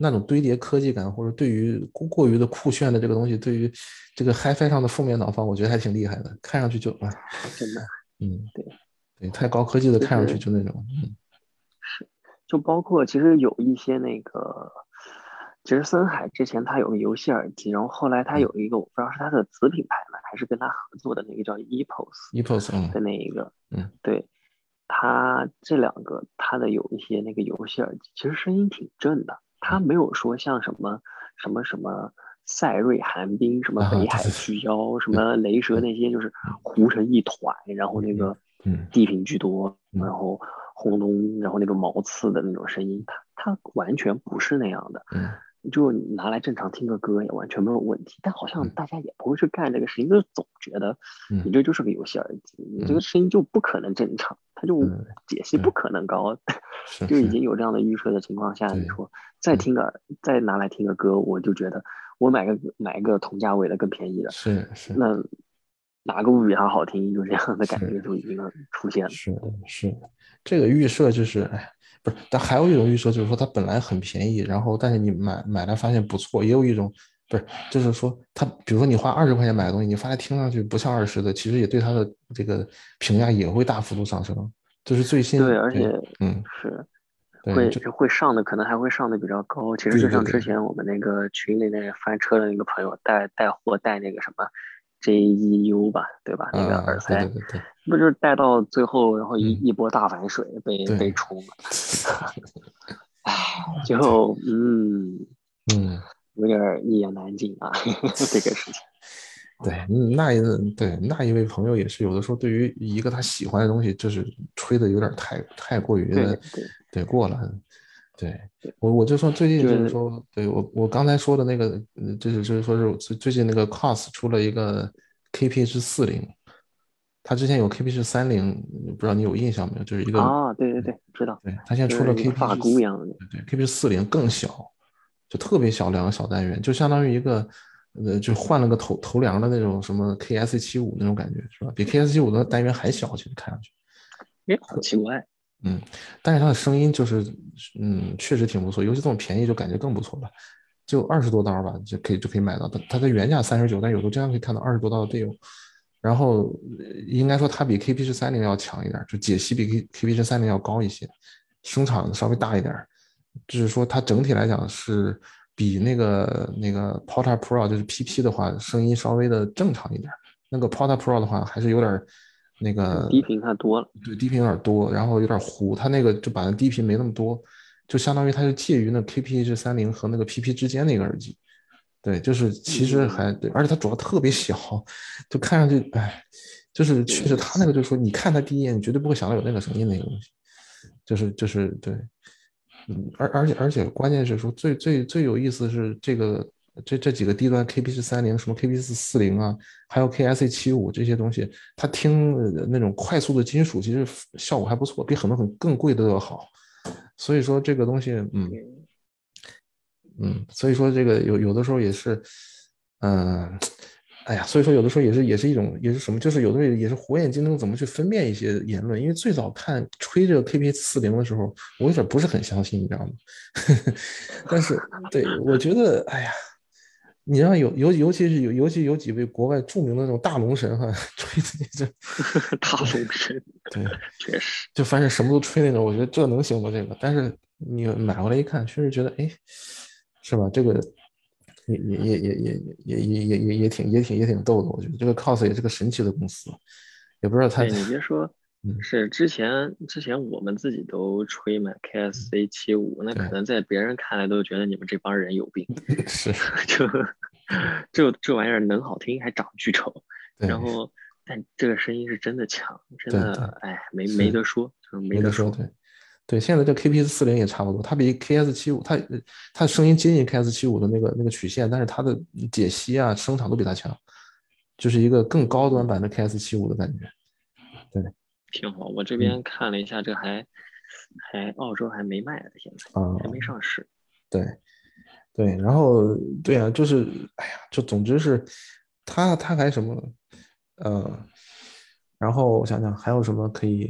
那种堆叠科技感，或者对于过过于的酷炫的这个东西，对于这个 HiFi 上的负面脑放，我觉得还挺厉害的，看上去就啊， 真的， 嗯， 对， 对，太高科技的，看上去其实就那种，嗯就包括其实有一些那个，其实森海之前他有个游戏耳机，然后后来他嗯有一个我不知道是他的子品牌呢，还是跟他合作的那个叫 E P O S ，E P O S，嗯的那一个， 嗯对，他这两个他的有一些那个游戏耳机，其实声音挺正的，他没有说像什么什么什么赛睿寒冰、什么啊， 北海对对巨妖、什对么雷蛇对， 那些，就是嗯糊成一团，然后那嗯个嗯低频居多，然嗯后轰隆，然后那种毛刺的那种声音，它它完全不是那样的。 嗯就你拿来正常听个歌也完全没有问题，但好像嗯大家也不会去干这个事情，就是总觉得你嗯这就是个游戏耳机，你这个嗯声音就不可能正常，它就嗯， 解析不对， 可能高， 是就已是， 经有这样的预设的情况下，你对， 说再嗯听个再拿来听个歌，我就觉得我买个买一个同价位的更便宜的， 是是那哪个不比它好听？就这样的感觉是。 就已经出现了。 是是，这个预设就是，哎，不是，但还有一种预设就是说它本来很便宜，然后但是你买买来发现不错，也有一种不是，就是说它，比如说你花二十块钱买的东西，你发现听上去不像二十的，其实也对它的这个评价也会大幅度上升。就是最对， 新，对， 而且嗯， 是对，就会会上的，可能还会上的比较高。其实就像之对对对， 前我们那个群里那个翻车的那个朋友带带货带那个什么 J E U 吧，对吧？那个啊，对对耳塞， 对对， 不就是带到最后，然后一嗯， 一波大反水被对被冲了，唉， 对， 就嗯， 嗯。 有点儿一言难尽啊，这个事情。 对，嗯那一对那一位朋友也是有的时候对于一个他喜欢的东西，就是吹的有点太太过于对的， 对对过了。对对， 我我就说最近就是就是说，对我我刚才说的那个，嗯就是就是说是最最近那个 C O S 出了一个 K P H 四零，他之前有 K P H 三零，不知道你有印象没有？就是一个， 啊，对对对，知道， 对，他现在出了就是一个发 K P H 四， 箍一样的那对对，K P H 四零更小，就特别小两个小单元，就相当于一个，呃，就换了个头头梁的那种什么 K S 七五那种感觉，是吧？比 K S 七五的单元还小，其实看上去， 个，哎，好奇怪。 嗯，但是它的声音就是，嗯，确实挺不错，尤其这种便宜就感觉更不错了，就二十多刀吧，就可以就可以买到它，它的原价三十九，但有时候经常可以看到二十多刀的队友，然后呃应该说它比 K P H 三零要强一点，就解析比 K K P H 三零要高一些，声场稍微大一点，就是说它整体来讲是比那个那个 Porta Pro 就是 P P 的话，声音稍微的正常一点。那个 Porta Pro 的话还是有点那个低频太多了。 对低频有点多，然后有点糊，它那个就把那低频没那么多，就相当于它是介于那 K P H 三零和那个 P P 之间的一个耳机。对，就是其实还嗯， 对，而且它主要特别小，就看上去，哎，就是确实有意思。 它那个就是说，你看它第一眼，你绝对不会想到有那个声音那个东西，就是就是对，嗯，而而且而且关键是说最最最有意思的是这个这这几个低端 K P 三零什么 K P 四四零啊，还有 K S A 七五这些东西，它听那种快速的金属其实效果还不错，比很多很更贵的都要好。所以说这个东西，嗯对， 嗯，所以说这个有有的时候也是，嗯、哎呀，所以说有的时候也是也是一种也是什么，就是有的时候也是火眼金睛怎么去分辨一些言论，因为最早看吹这个 K P 四零的时候，我有点不是很相信，你知道吗？但是对我觉得，哎呀，你让有尤尤其是有尤其有几位国外著名的那种大龙神哈，吹的这大龙神， 对， 确实。 就反正什么都吹那种，我觉得这能行吗？这个，但是你买回来一看，确实觉得，哎，是吧？这个也也也也也也也也也也挺也挺也挺逗的，我觉得这个 C O S 也是个神奇的公司，也不知道它， 对你别说， 嗯， 是之前之前我们自己都吹买 K S C 七五，那可对， 能在别人看来都觉得你们这帮人有病， 是， 就这这玩意儿能好听还长巨丑，然对后但这个声音是真的强，真对对， 的哎没没是得说，就是没没得说， 得说。 对对，现在这 K P 四零也差不多，它比 K S 七五，它它的声音接近 K S 七五的那个那个曲线，但是它的解析啊声场都比它强，就是一个更高端嗯， 版的 K S 七五的感觉，对， 挺好。我这嗯边看了一下，这还还澳洲还没卖呢，现在还没啊、 上市。 对。对，然后对啊，就是，哎呀，就总之是，他他还什么，呃，然后我想想还有什么可以，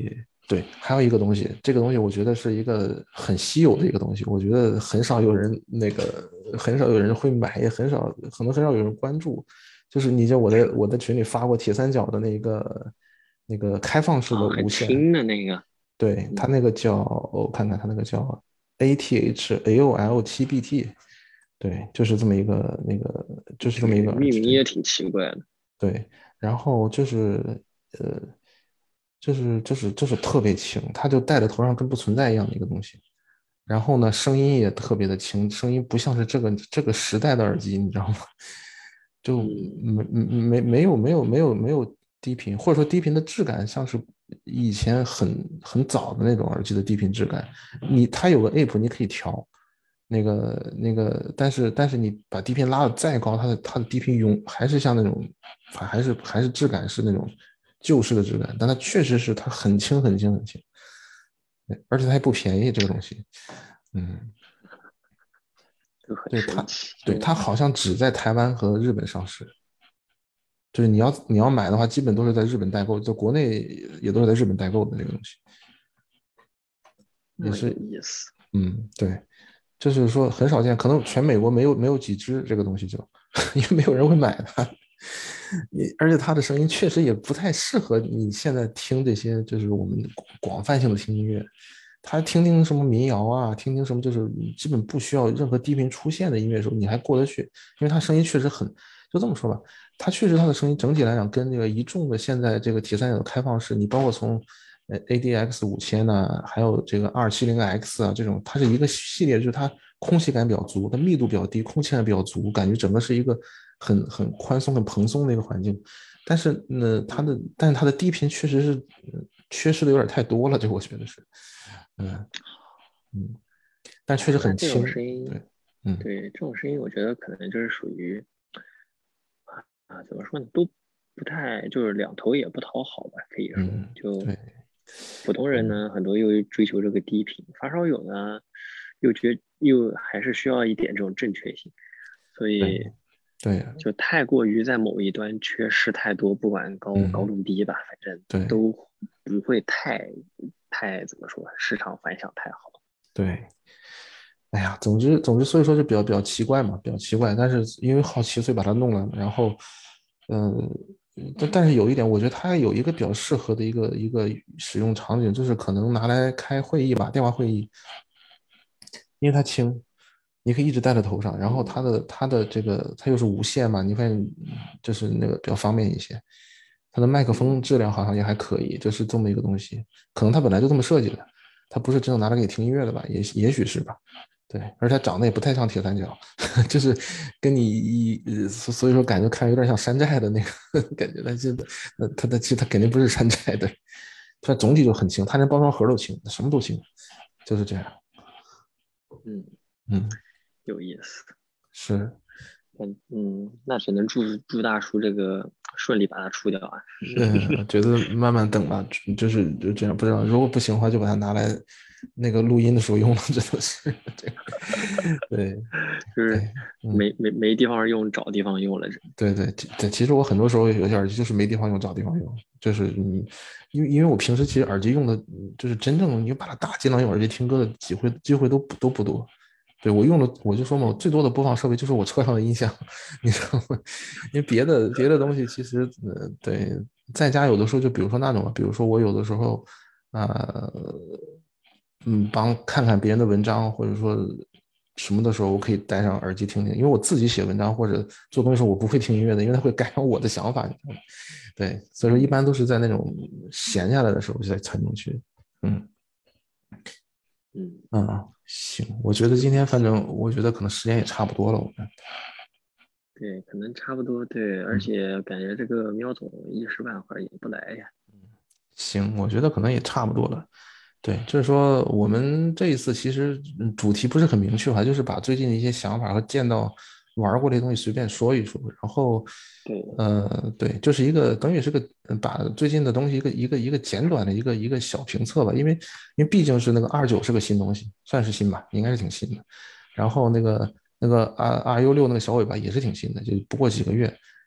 对，还有一个东西，这个东西我觉得是一个很稀有的一个东西，我觉得很少有人那个很少有人会买，也很少可能很少有人关注。就是你在我的我的群里发过铁三角的那个那个开放式的啊，很无线， 轻的那个。 对，它嗯， 那个叫我看看它那个叫 A T H A O L 七 B T，对，就是这么一个那个就是这么一对， 个耳机， 命名也挺奇怪的。 对，然后就是呃，就是就是就是特别轻，它就戴在头上跟不存在一样的一个东西。然后呢，声音也特别的轻，声音不像是这个这个时代的耳机，你知道吗？就嗯没没没有没有没有没有低频，或者说低频的质感像是以前很很早的那种耳机的低频质感。你它有个 A P， 你可以调，那个那个，但是但是你把低频拉的再高，它的它的低频永还是像那种，还是还是质感是那种旧式的质感，但它确实是它很轻很轻很轻，而且它还不便宜这个东西。嗯， 就很对它， 神奇。 对它好像只在台湾和日本上市，就是你要你要买的话，基本都是在日本代购，在国内也都是在日本代购的这个东西， 那么有也是， 意思。 嗯，对，就是说很少见，可能全美国没有没有几只这个东西就，因为没有人会买它。你而且它的声音确实也不太适合你现在听这些，就是我们广泛性的听音乐。他听听什么民谣啊，听听什么就是基本不需要任何低频出现的音乐的时候，你还过得去，因为他声音确实很，就这么说吧，他确实他的声音整体来讲跟这个一众的现在这个铁三角的开放式，你包括从呃 A D X 五千呐，还有这个二七零 X 啊这种，它是一个系列，就是它空气感比较足，它密度比较低，空气感比较足，感觉整个是一个很很宽松、很蓬松的一个环境。但是呢，它的但是它的低频确实是缺失的有点太多了，这我觉得是，嗯嗯，但确实哎，那很轻， 这种声音， 对，嗯对，这种声音，我觉得可能就是属于啊，怎么说呢，都不太，就是两头也不讨好吧，可以说， 嗯， 就对， 普通人嗯呢，很多又追求这个低频，发烧友呢，又觉又还是需要一点这种正确性，所对以对， 就太过于在某一端缺失太多，不管高高嗯中低吧，反正对都不会太太怎么说，市场反响太好。 对。哎呀，总之总之，所以说就比较比较奇怪嘛，比较奇怪。但是因为好奇，所以把它弄了。然后，嗯、但但是有一点，我觉得它有一个比较适合的一个一个使用场景，就是可能拿来开会议吧，电话会议，因为它轻，你可以一直戴在头上。然后它嗯的它的这个它又是无线嘛，你发现就是那个比较方便一些。它的麦克风嗯质量好像也还可以，就是这么一个东西。可能它本来就这么设计的，它不是真正拿来给你听音乐的吧？也也许是吧。对，而且它长得也不太像铁三角，就是跟你一，呃所以说感觉看有点像山寨的那个感觉，但是那它的其实它肯定不是山寨的，它总体就很轻，它连包装盒都轻，什么都轻，就是这样。 嗯， 嗯， 有意思。 是， 嗯嗯，那只能祝祝大叔这个顺利把它出掉啊。 嗯，觉得慢慢等吧，就是就这样，不知道如果不行的话，就把它拿来那个录音的时候用了，这都是这个，对就是对，嗯。 没没没地方用，找地方用了。这对对对，其实我很多时候有些耳机就是没地方用，找地方用，就是你，因为因为我平时其实耳机用的，就是真正你把它大机能用耳机听歌的机会机会都不都不多。对我用的，我就说嘛，我最多的播放设备就是我车上的音响，你知道吗？因为别的别的东西其实，呃，对，在家有的时候就比如说那种，比如说我有的时候，啊、嗯，帮看看别人的文章，或者说什么的时候，我可以戴上耳机听听。因为我自己写文章或者做东西的时候，我不会听音乐的，因为它会干扰我的想法，你知道吗？对，所以说一般都是在那种闲下来的时候才才能去。嗯嗯， 嗯，行，我觉得今天反有意思。 正我觉得可能时间也差不多了，我们对，可能差不多。对，而嗯且感觉这个喵总一时半会儿也不来呀。 行，我觉得可能也差不多了。对，就是说我们这一次其实嗯主题不是很明确哈，就是把最近的一些想法和见到玩过这些东西随便说一说，然后， 对， 呃，对，就是一个等于是个呃把最近的东西一个一个一个简短的一个一个小评测吧，因为因为毕竟是那个二九是个新东西，算是新吧，应该是挺新的。然后那个那个 R R U 六那个小尾巴也是挺新的，就不过几个月。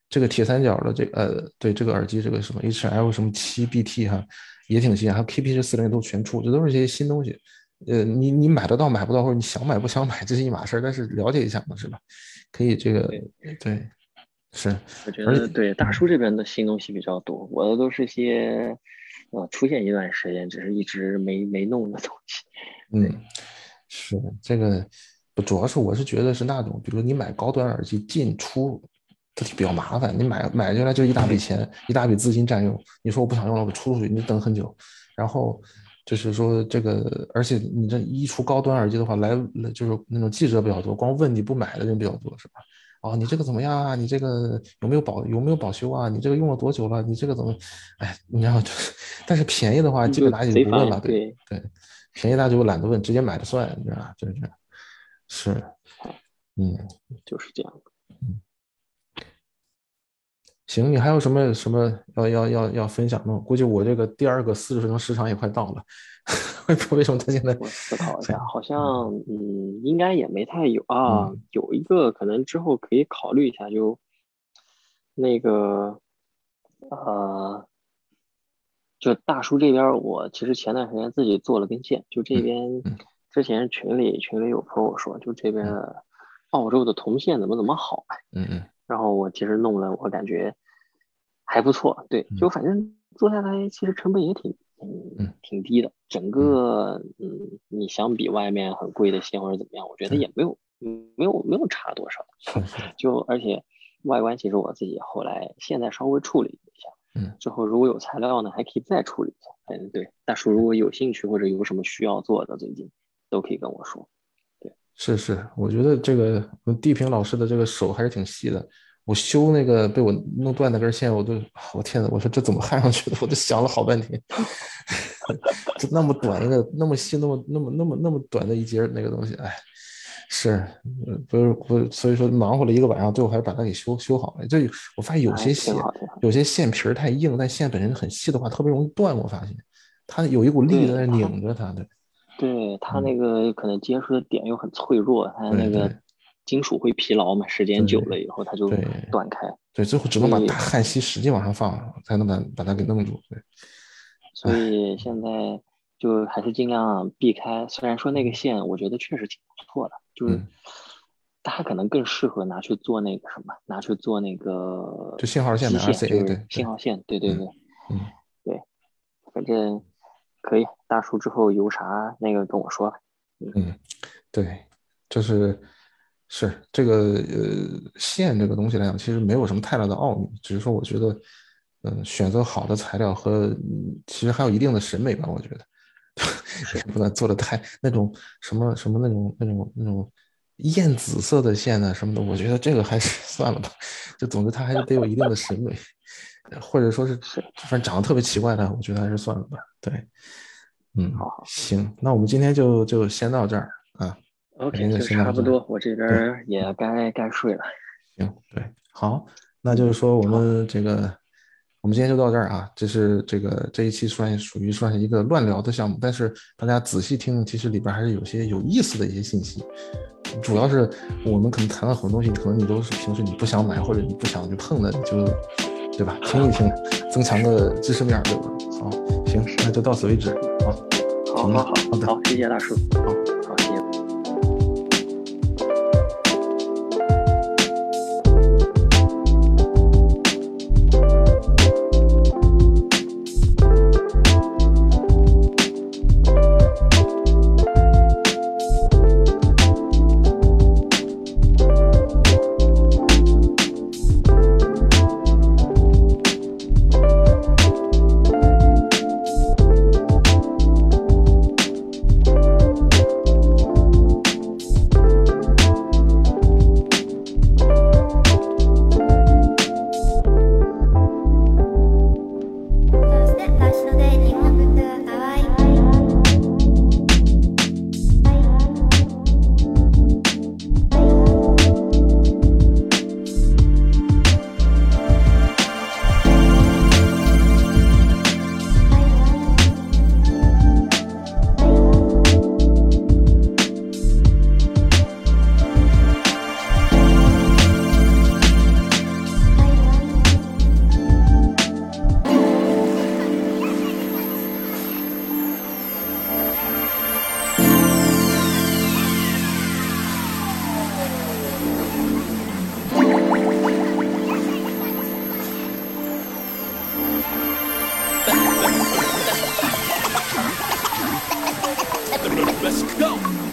这个铁三角的这个呃，对这个耳机这个什么 H L 什么七 B T 哈，也挺新，还有 K P 这四零都全出，这都是些新东西。呃，你你买得到买不到，或者你想买不想买，这是一码事儿，但是了解一下嘛，是吧？可以这个对， 对是， 我觉而且得对大嗯叔这边的新东西比较多，我的都是些呃出现一段时间，只是一直没没弄的东西。 嗯对， 是这个，不主要是我是觉得是那种，比如你买高端耳机进出，它比较麻烦。你买买进来就一大笔钱，一大笔资金占用。你说我不想用了，我出出去，你等很久。然后就是说这个，而且你这一出高端耳机的话，来就是那种记者比较多，光问你不买的人比较多，是吧？哦，你这个怎么样啊？你这个有没有保有没有保修啊？你这个用了多久了？你这个怎么？哎，你要就是，但是便宜的话，基就本大家就贼烦。 不问了，对对， 对。便宜是， 大家就懒得问，直接买了算，你知道吧？就是这样。是， 哎， 嗯， 就是这样。 行，你还有什么什么要要要要分享的吗？估计我这个第二个四十分钟时长也快到了，我也不知道为什么他现在我思考一下，好嗯像嗯，应该也没太有啊。 嗯有一个可能之后可以考虑一下，就那个呃，就大叔这边儿我其实前段时间自己做了根线，就这嗯边嗯之前群里群里有朋友说，就这边嗯的澳洲的铜线怎么怎么好， 嗯嗯然后我其实弄了，我感觉还不错。对，就嗯反正做下来其实成本也挺嗯挺挺低的，整嗯， 个嗯，你相比外面很贵的线或者怎么样，我觉得对， 也没有嗯没有没有差多少。 是是， 就而且外观其实我自己后来现在稍微处理一下， 嗯之后如果有材料呢，还可以再处理一下。嗯，对，大叔如果有兴趣或者有什么需要做的，最近都可以跟我说。对， 是是，我觉得这个地平老师的这个手还是挺细的。我修那个被我弄断那根线，我都我天呐，我说这怎么焊上去的？我都想了好半天。这那么短一个，那么细，那么那么那么那么短的一节那个东西，哎，是，呃不是不是，所以说忙活了一个晚上，最后还是把它给修修好了。这我发现有哎， 些线， 挺好，挺好。 有些线皮儿太硬，但线本身很细的话，特别容易断。我发现它有一股力在那对它。 拧着它的。 对，它嗯， 那个可能接触的点又很脆弱，它那个对对金属会疲劳嘛，时间久对了以后它就对断开。 对，最后只能把大所以， 焊锡使劲往上放，才能把把它给弄住。对， 所哎， 以现在就还是尽量避开。虽然说那个嗯线我觉得确实挺不错的，就是嗯， 它可能更适合拿去做那个什么，拿去做那个就信号线呗基线，就 ，R C A， 是对对， 信号线。对对嗯对嗯。 对，反正可以。大叔之后有啥那个跟我说吧。嗯， 嗯，对，就是是这个呃线这个东西来讲，其实没有什么太大的奥秘，只是说我觉得，嗯，选择好的材料和嗯其实还有一定的审美吧，我觉得也是不能做的太那种什么什么那种那种那种艳紫色的线呢什么的，我觉得这个还是算了吧，就总之它还是得有一定的审美，或者说是是， 反正长得特别奇怪的，我觉得还是算了吧，对。嗯， 好好。 行，那我们今天就就先到这儿啊，今 OK， 天就就先到这儿。 差不多，我这边对， 儿也该该睡了。 行，对，好，那就是嗯， 说我好， 们这个，我们今天就到这儿啊。这是这个这一期算属于算是一个乱聊的项目，但是大家仔细听，其实里边还是有些有意思的一些信息。主要是我们可能谈了很多东西，可能你都是平时你不想买或者你不想去碰的，你就对吧？听一听，增强个知识面，对吧？好，行，那就到此为止。好，行吧， 好，好，好， 好的。 好，谢谢大叔。 好。 好，谢谢。 Let's go.